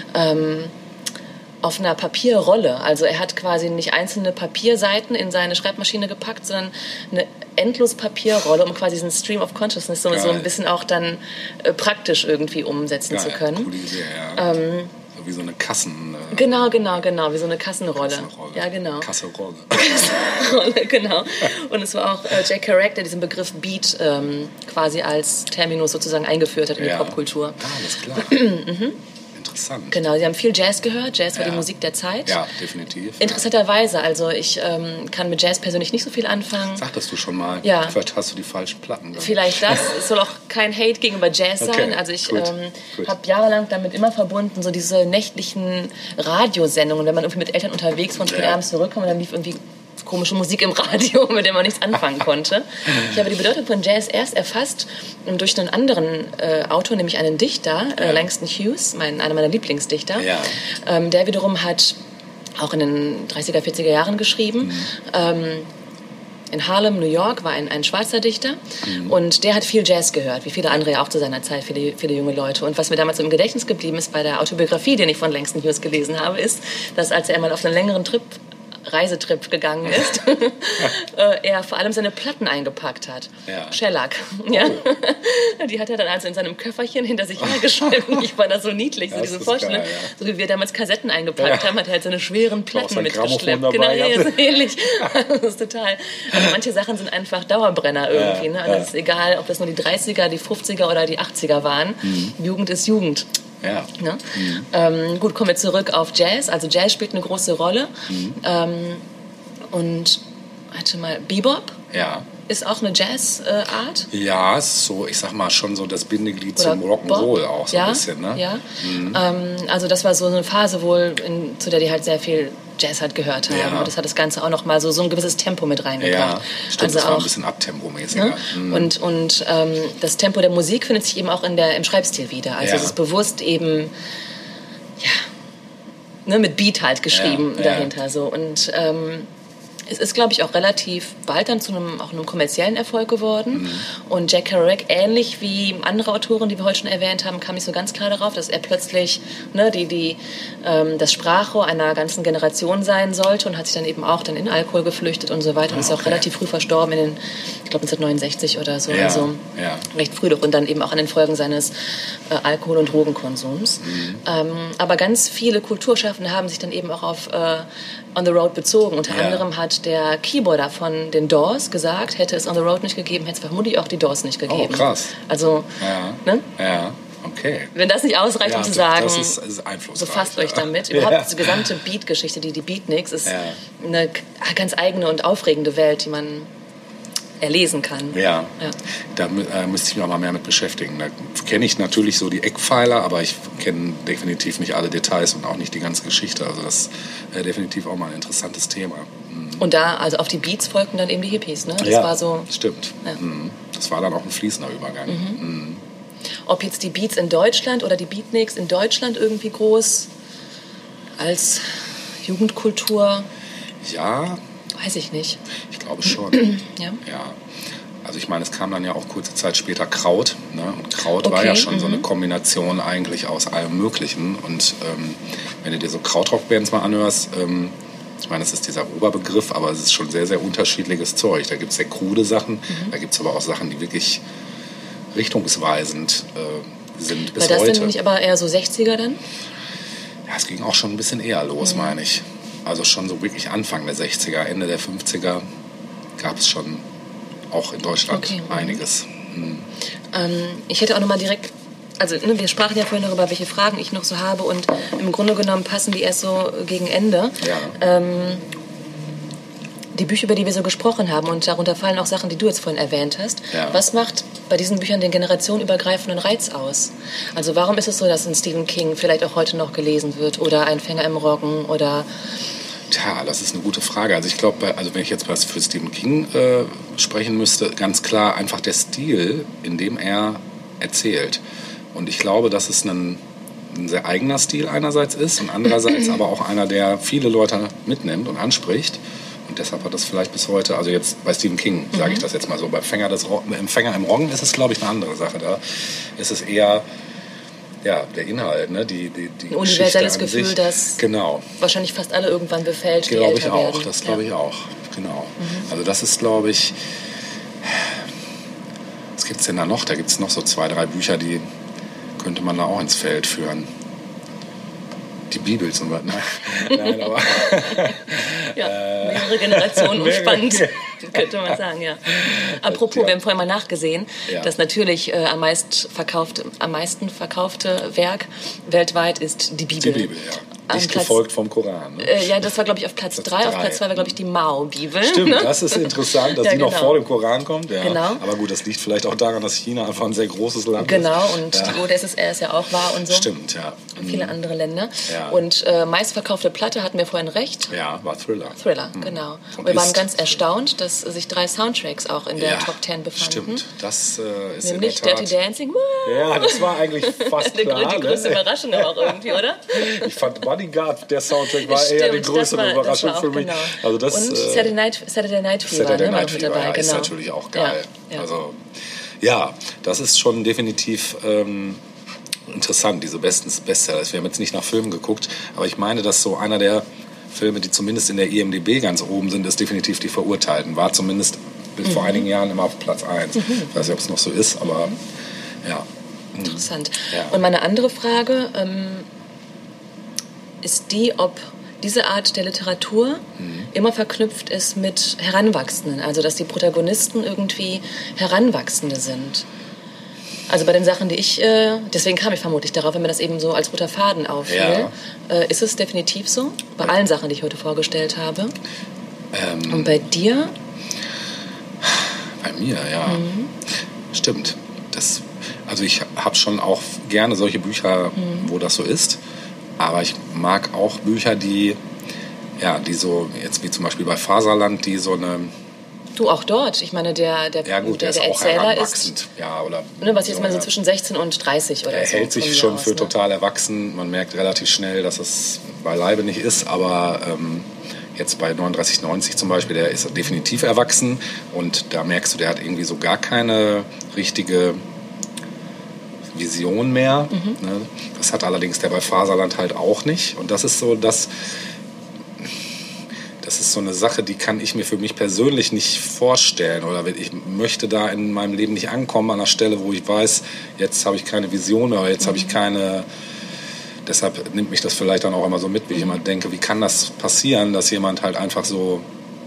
Papierrolle. Also er hat quasi nicht einzelne Papierseiten in seine Schreibmaschine gepackt, sondern eine endlos Papierrolle, um quasi diesen Stream of Consciousness so ein bisschen auch dann praktisch irgendwie umsetzen zu können. Coole Idee, ja. So wie so eine Genau, wie so eine Kassenrolle. Ja, genau. Kasserolle, genau. Und es war auch Jack Kerouac, der diesen Begriff Beat quasi als Terminus sozusagen eingeführt hat in die Popkultur. Alles klar. Interessant. Genau, Sie haben viel Jazz gehört. Jazz war die Musik der Zeit. Ja, definitiv. Interessanterweise, also ich kann mit Jazz persönlich nicht so viel anfangen. Sagtest du schon mal. Ja. Vielleicht hast du die falschen Platten gehört. Vielleicht das. Es soll auch kein Hate gegenüber Jazz sein. Also ich habe jahrelang damit immer verbunden, so diese nächtlichen Radiosendungen, wenn man irgendwie mit Eltern unterwegs war und spät abends zurückkam und dann lief irgendwie komische Musik im Radio, mit der man nichts anfangen konnte. Ich habe die Bedeutung von Jazz erst erfasst durch einen anderen Autor, nämlich einen Dichter, Langston Hughes, einer meiner Lieblingsdichter. Ja. Der wiederum hat auch in den 30er, 40er Jahren geschrieben. In Harlem, New York, war ein schwarzer Dichter und der hat viel Jazz gehört, wie viele andere ja auch zu seiner Zeit, viele junge Leute. Und was mir damals so im Gedächtnis geblieben ist bei der Autobiografie, die ich von Langston Hughes gelesen habe, ist, dass als er mal auf einen längeren Reisetrip gegangen ist, er vor allem seine Platten eingepackt hat. Ja. Shellac. Ja. Die hat er dann also in seinem Köfferchen hinter sich hergeschrieben. Ich fand das so niedlich, so diese Vorstellung. Geil, ja. So wie wir damals Kassetten eingepackt haben, hat er halt seine schweren Platten mitgeschleppt. Genau, ja, so ähnlich. Das ist total. Also manche Sachen sind einfach Dauerbrenner irgendwie. Ne? Also es ist egal, ob das nur die 30er, die 50er oder die 80er waren. Jugend ist Jugend. Ja. Ne? Gut, kommen wir zurück auf Jazz. Also Jazz spielt eine große Rolle. Und warte mal, Bebop ist auch eine Jazzart. Ja, ist so, ich sag mal, schon so das Bindeglied zum Rock'n'Roll auch so ein bisschen. Ne? Ja. Also das war so eine Phase wohl, zu der die halt sehr viel Jazz halt gehört haben. Ja. Und das hat das Ganze auch noch mal so ein gewisses Tempo mit reingebracht. Ja, stimmt, also das war ein bisschen abtempomäßiger. Ne? Und das Tempo der Musik findet sich eben auch im Schreibstil wieder. Also es ist bewusst eben, mit Beat halt geschrieben dahinter. So. Und es ist, glaube ich, auch relativ bald dann zu einem kommerziellen Erfolg geworden. Und Jack Kerouac, ähnlich wie andere Autoren, die wir heute schon erwähnt haben, kam nicht so ganz klar darauf, dass er plötzlich das Sprachrohr einer ganzen Generation sein sollte und hat sich dann eben auch dann in Alkohol geflüchtet und so weiter. Und ist auch relativ früh verstorben, ich glaube 1969 oder so. Also recht früh doch. Und dann eben auch an den Folgen seines Alkohol- und Drogenkonsums. Aber ganz viele Kulturschaffende haben sich dann eben auch auf On the Road bezogen. Unter anderem hat der Keyboarder von den Doors gesagt, hätte es On the Road nicht gegeben, hätte es vermutlich auch die Doors nicht gegeben. Oh, krass. Also, ne? Ja, okay. Wenn das nicht ausreicht, um zu sagen, das ist einflussreich. Befasst euch damit. Überhaupt diese gesamte Beat-Geschichte, die Beatniks, ist eine ganz eigene und aufregende Welt, die man erlesen kann. Ja. Da müsste ich mich auch mal mehr mit beschäftigen. Da kenne ich natürlich so die Eckpfeiler, aber ich kenne definitiv nicht alle Details und auch nicht die ganze Geschichte. Also das wäre definitiv auch mal ein interessantes Thema. Und da, also auf die Beats folgten dann eben die Hippies, ne? Das war so. Stimmt. Ja. Das war dann auch ein fließender Übergang. Ob jetzt die Beats in Deutschland oder die Beatniks in Deutschland irgendwie groß als Jugendkultur? Ja. Weiß ich nicht. Ich glaube schon. Ja. Also ich meine, es kam dann ja auch kurze Zeit später Kraut. Ne? Und Kraut war ja schon so eine Kombination eigentlich aus allem Möglichen. Und wenn du dir so Krautrock-Bands mal anhörst, ich meine, das ist dieser Oberbegriff, aber es ist schon sehr, sehr unterschiedliches Zeug. Da gibt es sehr krude Sachen, da gibt es aber auch Sachen, die wirklich richtungsweisend sind bis heute. War das denn nicht aber eher so 60er dann? Ja, es ging auch schon ein bisschen eher los, meine ich. Also schon so wirklich Anfang der 60er, Ende der 50er gab es schon auch in Deutschland einiges. Ich hätte auch nochmal direkt, also wir sprachen ja vorhin darüber, welche Fragen ich noch so habe und im Grunde genommen passen die erst so gegen Ende. Ja. Die Bücher, über die wir so gesprochen haben, und darunter fallen auch Sachen, die du jetzt vorhin erwähnt hast. Ja. Was macht bei diesen Büchern den generationenübergreifenden Reiz aus? Also warum ist es so, dass ein Stephen King vielleicht auch heute noch gelesen wird oder ein Fänger im Roggen oder... Tja, das ist eine gute Frage. Also ich glaube, wenn ich jetzt was für Stephen King sprechen müsste, ganz klar einfach der Stil, in dem er erzählt. Und ich glaube, dass es ein sehr eigener Stil einerseits ist und andererseits aber auch einer, der viele Leute mitnimmt und anspricht. Und deshalb hat das vielleicht bis heute, also jetzt bei Stephen King sage ich das jetzt mal so, beim Fänger im Roggen ist es, glaube ich, eine andere Sache. Da ist es eher der Inhalt, ne? die ein universelles Gefühl, sich. Das genau. wahrscheinlich fast alle irgendwann befällt, die glaube älter ich auch, werden. das glaube ich auch, genau. Also das ist, glaube ich, was gibt es denn da noch? Da gibt es noch so 2, 3 Bücher, die könnte man da auch ins Feld führen. Die Bibel zum Beispiel. Nein, aber... mehrere Generationen umspannt, könnte man sagen, ja. Apropos, wir haben vorhin mal nachgesehen, dass natürlich am meisten verkaufte Werk weltweit ist die Bibel. Die Bibel, ja. Nicht gefolgt vom Koran. Ne? Ja, das war, glaube ich, auf Platz 3. Auf Platz 2 war, glaube ich, die Mao-Bibel. Stimmt, das ist interessant, dass die noch vor dem Koran kommt. Ja. Genau. Aber gut, das liegt vielleicht auch daran, dass China einfach ein sehr großes Land ist. Genau, und die UdSSR ist ja auch wahr und so. Stimmt, ja. Und viele andere Länder. Ja. Und meistverkaufte Platte, hatten wir vorhin recht. Ja, war Thriller. Genau. Und wir waren ganz erstaunt, dass sich 3 Soundtracks auch in der Top 10 befanden. Stimmt, das ist nämlich in der Tat... Dirty Dancing. Ja, das war eigentlich fast klar. Die größte Überraschung auch irgendwie, oder? Ich fand Bodyguard, der Soundtrack war eher die größere Überraschung für mich. Genau. Also das, und Saturday Night Fever, Saturday Night mit Fever, dabei, ist natürlich auch geil. Ja. Also ja, das ist schon definitiv interessant, diese Bestseller. Wir haben jetzt nicht nach Filmen geguckt, aber ich meine, dass so einer der Filme, die zumindest in der IMDb ganz oben sind, ist definitiv Die Verurteilten. War zumindest bis vor einigen Jahren immer auf Platz 1. Ich weiß nicht, ob es noch so ist, aber ja. Interessant. Ja. Und meine andere Frage ist die, ob diese Art der Literatur immer verknüpft ist mit Heranwachsenden. Also, dass die Protagonisten irgendwie Heranwachsende sind. Also bei den Sachen, die ich, deswegen kam ich vermutlich darauf, wenn mir das eben so als roter Faden auffiel, ist es definitiv so, bei allen Sachen, die ich heute vorgestellt habe. Und bei dir? Bei mir, ja. Stimmt. Also ich habe schon auch gerne solche Bücher, wo das so ist, aber ich mag auch Bücher, die so, jetzt wie zum Beispiel bei Faserland, die so eine... Du, auch dort. Ich meine, der Erzähler ist, ja, oder was jetzt mal so zwischen 16 und 30 oder er so. Er hält sich schon für total erwachsen. Man merkt relativ schnell, dass es beileibe nicht ist, aber jetzt bei 39,90 zum Beispiel, der ist definitiv erwachsen und da merkst du, der hat irgendwie so gar keine richtige Vision mehr. Ne? Das hat allerdings der bei Faserland halt auch nicht und das ist so, das ist so eine Sache, die kann ich mir für mich persönlich nicht vorstellen oder ich möchte da in meinem Leben nicht ankommen an einer Stelle, wo ich weiß, jetzt habe ich keine Vision oder jetzt habe ich keine... Deshalb nimmt mich das vielleicht dann auch immer so mit, wie ich immer denke, wie kann das passieren, dass jemand halt einfach so,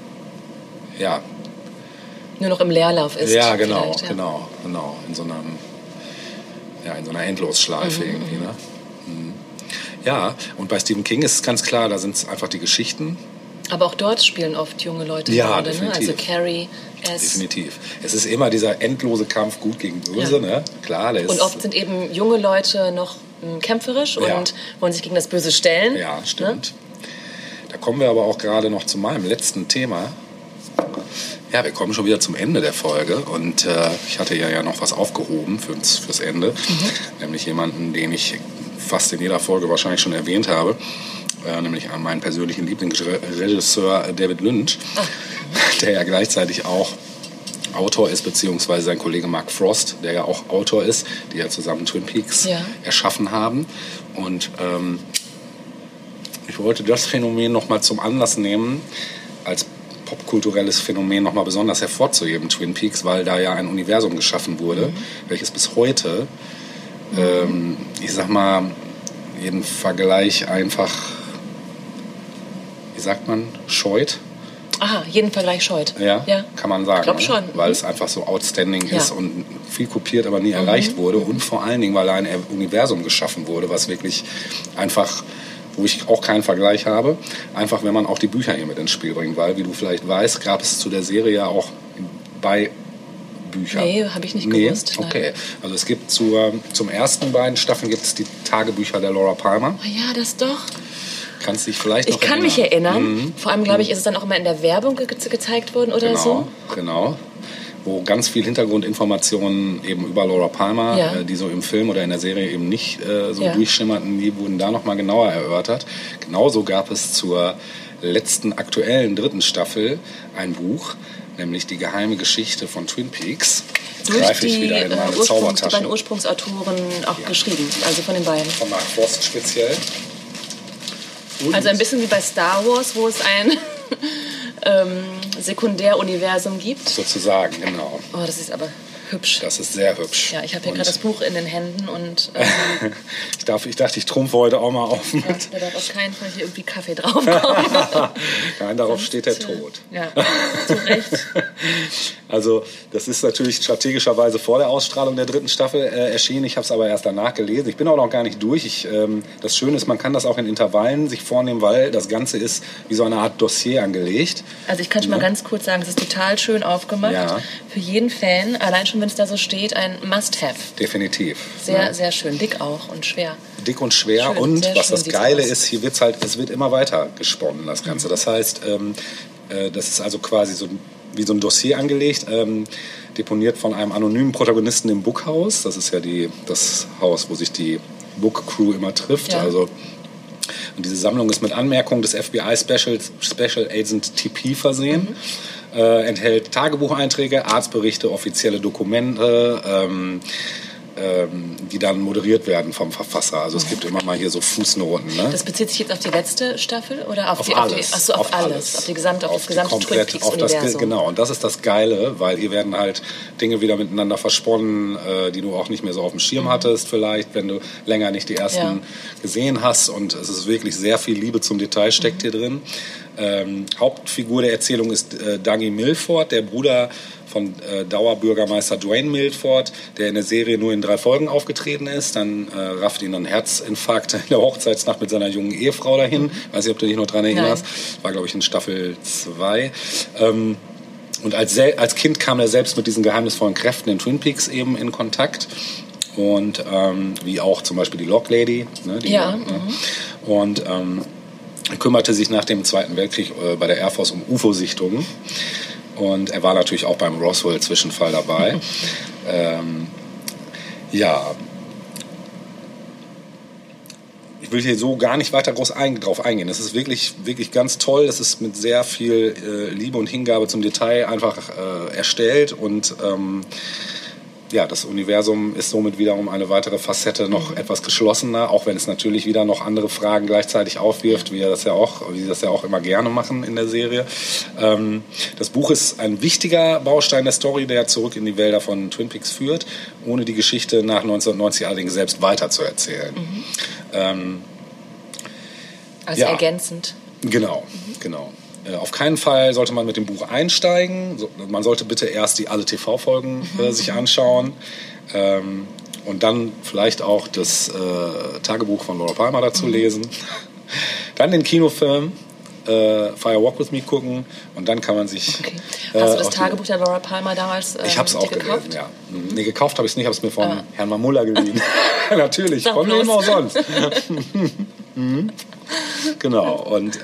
nur noch im Leerlauf ist. Ja, genau. In so einer Endlosschleife irgendwie, ne? Ja, und bei Stephen King ist es ganz klar, da sind es einfach die Geschichten. Aber auch dort spielen oft junge Leute gerade, ne? Also Carrie, definitiv. Es ist immer dieser endlose Kampf gut gegen böse, ne? Klar, und oft sind eben junge Leute noch kämpferisch und wollen sich gegen das Böse stellen. Ja, stimmt. Ne? Da kommen wir aber auch gerade noch zu meinem letzten Thema. Ja, wir kommen schon wieder zum Ende der Folge und ich hatte ja noch was aufgehoben fürs Ende, nämlich jemanden, den ich fast in jeder Folge wahrscheinlich schon erwähnt habe, nämlich an meinen persönlichen Lieblingsregisseur David Lynch, der ja gleichzeitig auch Autor ist, beziehungsweise sein Kollege Mark Frost, der ja auch Autor ist, die ja zusammen Twin Peaks erschaffen haben. Und ich wollte das Phänomen nochmal zum Anlass nehmen, als popkulturelles Phänomen nochmal besonders hervorzuheben, Twin Peaks, weil da ja ein Universum geschaffen wurde, welches bis heute, ich sag mal, jeden Vergleich einfach, wie sagt man, scheut. Aha, jeden Vergleich scheut. Ja, kann man sagen. Ich glaube schon. Weil es einfach so outstanding ist und viel kopiert, aber nie erreicht wurde. Und vor allen Dingen, weil ein Universum geschaffen wurde, was wirklich einfach, wo ich auch keinen Vergleich habe, einfach wenn man auch die Bücher hier mit ins Spiel bringt. Weil, wie du vielleicht weißt, gab es zu der Serie ja auch bei Bücher. Nee, habe ich nicht gewusst. Okay, also es gibt zum ersten beiden Staffeln gibt es die Tagebücher der Laura Palmer. Oh ja, das doch. Kannst dich vielleicht noch erinnern? Ich kann mich erinnern. Vor allem, glaube ich, ist es dann auch immer in der Werbung gezeigt worden oder so. Genau. Wo ganz viel Hintergrundinformationen eben über Laura Palmer, die so im Film oder in der Serie eben nicht durchschimmerten, die wurden da nochmal genauer erörtert. Genauso gab es zur letzten aktuellen 3. Staffel ein Buch, nämlich die geheime Geschichte von Twin Peaks. Jetzt greife ich wieder in meine Zaubertasche. Die beiden Ursprungsautoren auch geschrieben, also von den beiden. Von Mark Frost speziell. Und also ein bisschen wie bei Star Wars, wo es ein Sekundäruniversum gibt. Sozusagen, genau. Oh, das ist aber hübsch. Das ist sehr hübsch. Ja, ich habe hier gerade das Buch in den Händen und... ich dachte, ich trumpfe heute auch mal auf mit. Ja, da darf auf keinen Fall hier irgendwie Kaffee draufkommen. Nein, darauf steht der Tod. Ja, zu Recht. Also das ist natürlich strategischerweise vor der Ausstrahlung der 3. Staffel erschienen. Ich habe es aber erst danach gelesen. Ich bin auch noch gar nicht durch. Das Schöne ist, man kann das auch in Intervallen sich vornehmen, weil das Ganze ist wie so eine Art Dossier angelegt. Also ich kann schon mal ganz kurz sagen, es ist total schön aufgemacht. Ja. Für jeden Fan, allein schon wenn es da so steht, ein Must-Have. Definitiv. Sehr, sehr schön. Dick auch und schwer. Dick und schwer. Schön, und was das Geile ist, hier wird's halt, es wird immer weiter gesponnen, das Ganze. Das heißt, das ist also quasi so wie so ein Dossier angelegt, deponiert von einem anonymen Protagonisten im Bookhaus. Das ist ja das Haus, wo sich die Book Crew immer trifft. Ja. Also, und diese Sammlung ist mit Anmerkungen des FBI Special Agent TP versehen. Enthält Tagebucheinträge, Arztberichte, offizielle Dokumente, die dann moderiert werden vom Verfasser. Also es gibt immer mal hier so Fußnoten. Ne? Das bezieht sich jetzt auf die letzte Staffel oder auf alles? Achso, auf alles. Auf das gesamte Twin Peaks-Universum. Genau, und das ist das Geile, weil hier werden halt Dinge wieder miteinander versponnen, die du auch nicht mehr so auf dem Schirm hattest vielleicht, wenn du länger nicht die ersten gesehen hast. Und es ist wirklich sehr viel Liebe zum Detail steckt hier drin. Hauptfigur der Erzählung ist Dougie Milford, der Bruder von Dauerbürgermeister Dwayne Milford, der in der Serie nur in 3 Folgen aufgetreten ist. Dann rafft ihn ein Herzinfarkt in der Hochzeitsnacht mit seiner jungen Ehefrau dahin. Weiß nicht, ob du dich noch dran erinnerst. Nein. War, glaube ich, in Staffel 2. Und als Kind kam er selbst mit diesen geheimnisvollen Kräften in Twin Peaks eben in Kontakt. Und wie auch zum Beispiel die Lock Lady. Ne, Und er kümmerte sich nach dem Zweiten Weltkrieg bei der Air Force um UFO-Sichtungen. Und er war natürlich auch beim Roswell-Zwischenfall dabei. Ich will hier so gar nicht weiter groß drauf eingehen. Das ist wirklich, wirklich ganz toll. Es ist mit sehr viel Liebe und Hingabe zum Detail einfach erstellt. Und das Universum ist somit wiederum eine weitere Facette noch etwas geschlossener, auch wenn es natürlich wieder noch andere Fragen gleichzeitig aufwirft, wie sie das ja auch immer gerne machen in der Serie. Das Buch ist ein wichtiger Baustein der Story, der zurück in die Wälder von Twin Peaks führt, ohne die Geschichte nach 1990 allerdings selbst weiterzuerzählen. Ergänzend. Genau. Auf keinen Fall sollte man mit dem Buch einsteigen. Man sollte bitte erst alle TV-Folgen sich anschauen und dann vielleicht auch das Tagebuch von Laura Palmer dazu lesen. Dann den Kinofilm Fire Walk With Me gucken und dann kann man sich... Okay. Hast du das Tagebuch der Laura Palmer damals Ich habe es auch gelesen, ja. Nee, gekauft habe ich es nicht, habe es mir von Herrn Mamulla geliehen. Natürlich, von wem auch sonst. Genau, und...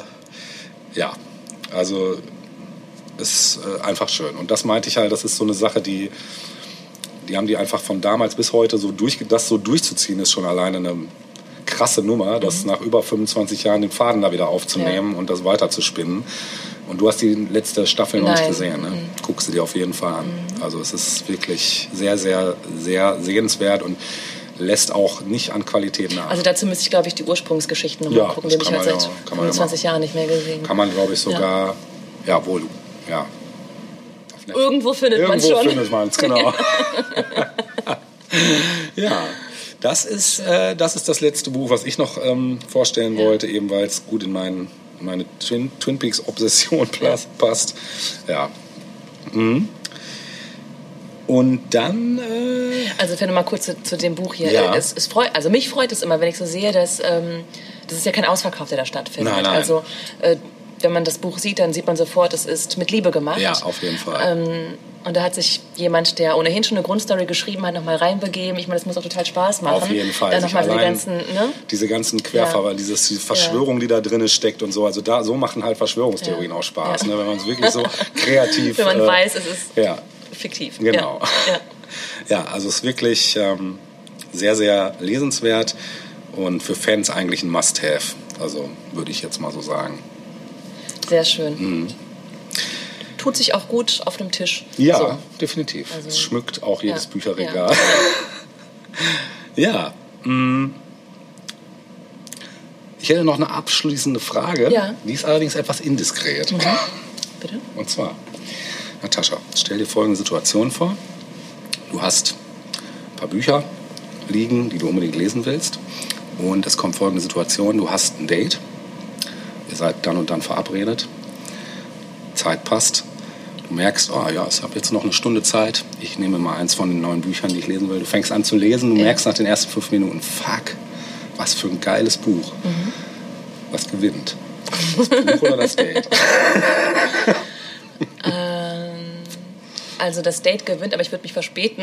also es ist einfach schön. Und das meinte ich halt, das ist so eine Sache, die haben die einfach von damals bis heute das so durchzuziehen, ist schon alleine eine krasse Nummer, das nach über 25 Jahren den Faden da wieder aufzunehmen und das weiter zu spinnen. Und du hast die letzte Staffel noch nicht gesehen, ne? Guck sie dir auf jeden Fall an. Also es ist wirklich sehr, sehr, sehr sehenswert und lässt auch nicht an Qualität nach. Also dazu müsste ich, glaube ich, die Ursprungsgeschichten nochmal gucken. Die habe ich halt seit 25 Jahren nicht mehr gesehen. Kann man, glaube ich, sogar... Irgendwo findet man es schon. Irgendwo findet man es, genau. Ja, das ist das letzte Buch, was ich noch vorstellen wollte, eben weil es gut in meinen meine Twin Peaks Obsession passt. Ja. Und dann... Also wenn du mal kurz zu dem Buch hier... Ja. Also mich freut es immer, wenn ich so sehe, dass das ist ja kein Ausverkauf, der da stattfindet. Nein. Also wenn man das Buch sieht, dann sieht man sofort, es ist mit Liebe gemacht. Ja, auf jeden Fall. Und da hat sich jemand, der ohnehin schon eine Grundstory geschrieben hat, nochmal reinbegeben. Ich meine, das muss auch total Spaß machen. Auf jeden Fall. Dann nochmal diese ganzen Querverweise, diese Verschwörung, die da drin steckt und so. Also so machen halt Verschwörungstheorien auch Spaß, ne? Wenn man es wirklich so kreativ... Wenn man weiß, es ist fiktiv. Genau. Ja, also es ist wirklich sehr, sehr lesenswert und für Fans eigentlich ein Must-Have. Also würde ich jetzt mal so sagen. Sehr schön. Tut sich auch gut auf dem Tisch. Ja, so. Definitiv. Also, es schmückt auch jedes Bücherregal. Ja. Ich hätte noch eine abschließende Frage. Ja. Die ist allerdings etwas indiskret. Bitte? Und zwar, Natascha, stell dir folgende Situation vor. Du hast ein paar Bücher liegen, die du unbedingt lesen willst. Und es kommt folgende Situation. Du hast ein Date. Ihr seid dann und dann verabredet. Zeit passt. Du merkst, ich habe jetzt noch eine Stunde Zeit. Ich nehme mal eins von den neuen Büchern, die ich lesen will. Du fängst an zu lesen. Du merkst nach den ersten 5 Minuten, fuck, was für ein geiles Buch. Was gewinnt? Das Buch oder das Date? Also das Date gewinnt, aber ich würde mich verspäten.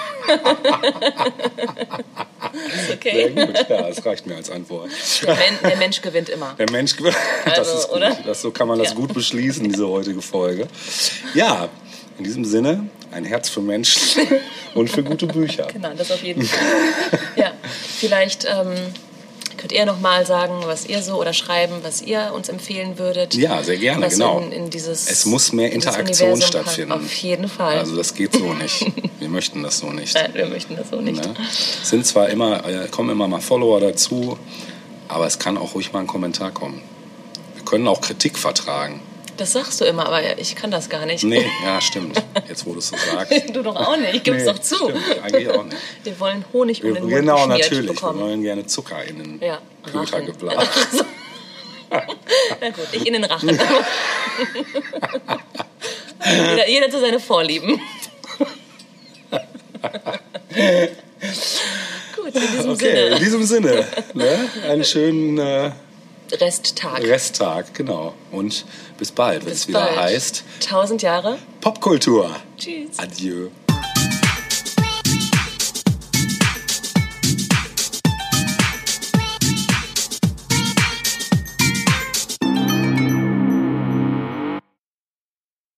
Okay. Sehr gut, ja, das reicht mir als Antwort. Der Mensch gewinnt immer. Der Mensch gewinnt, das also, ist gut. Oder? So kann man das gut beschließen, diese heutige Folge. Ja, in diesem Sinne, ein Herz für Menschen und für gute Bücher. Genau, das auf jeden Fall. Ja, vielleicht könnt ihr noch mal sagen, was ihr so oder schreiben, was ihr uns empfehlen würdet. Ja, sehr gerne, genau. Es muss mehr Interaktion stattfinden. Auf jeden Fall. Also das geht so nicht. Wir möchten das so nicht. Nein, wir möchten das so nicht. Ne? Es sind zwar kommen immer mal Follower dazu, aber es kann auch ruhig mal ein Kommentar kommen. Wir können auch Kritik vertragen. Das sagst du immer, aber ich kann das gar nicht. Nee, ja, stimmt. Jetzt, wo du es so sagst. Du doch auch nicht, gib's doch zu. Stimmt, eigentlich auch nicht. Wir wollen Honig um den Mund Genau, geschmiert natürlich. bekommen. Wir wollen gerne Zucker in den Köter Rachen. geblasen. Na gut, ich in den Rachen. jeder zu seine Vorlieben. Gut, in diesem Sinne. Ne? Einen schönen Resttag, genau. Und bis bald, wenn es wieder heißt 1000 Jahre Popkultur. Tschüss. Adieu.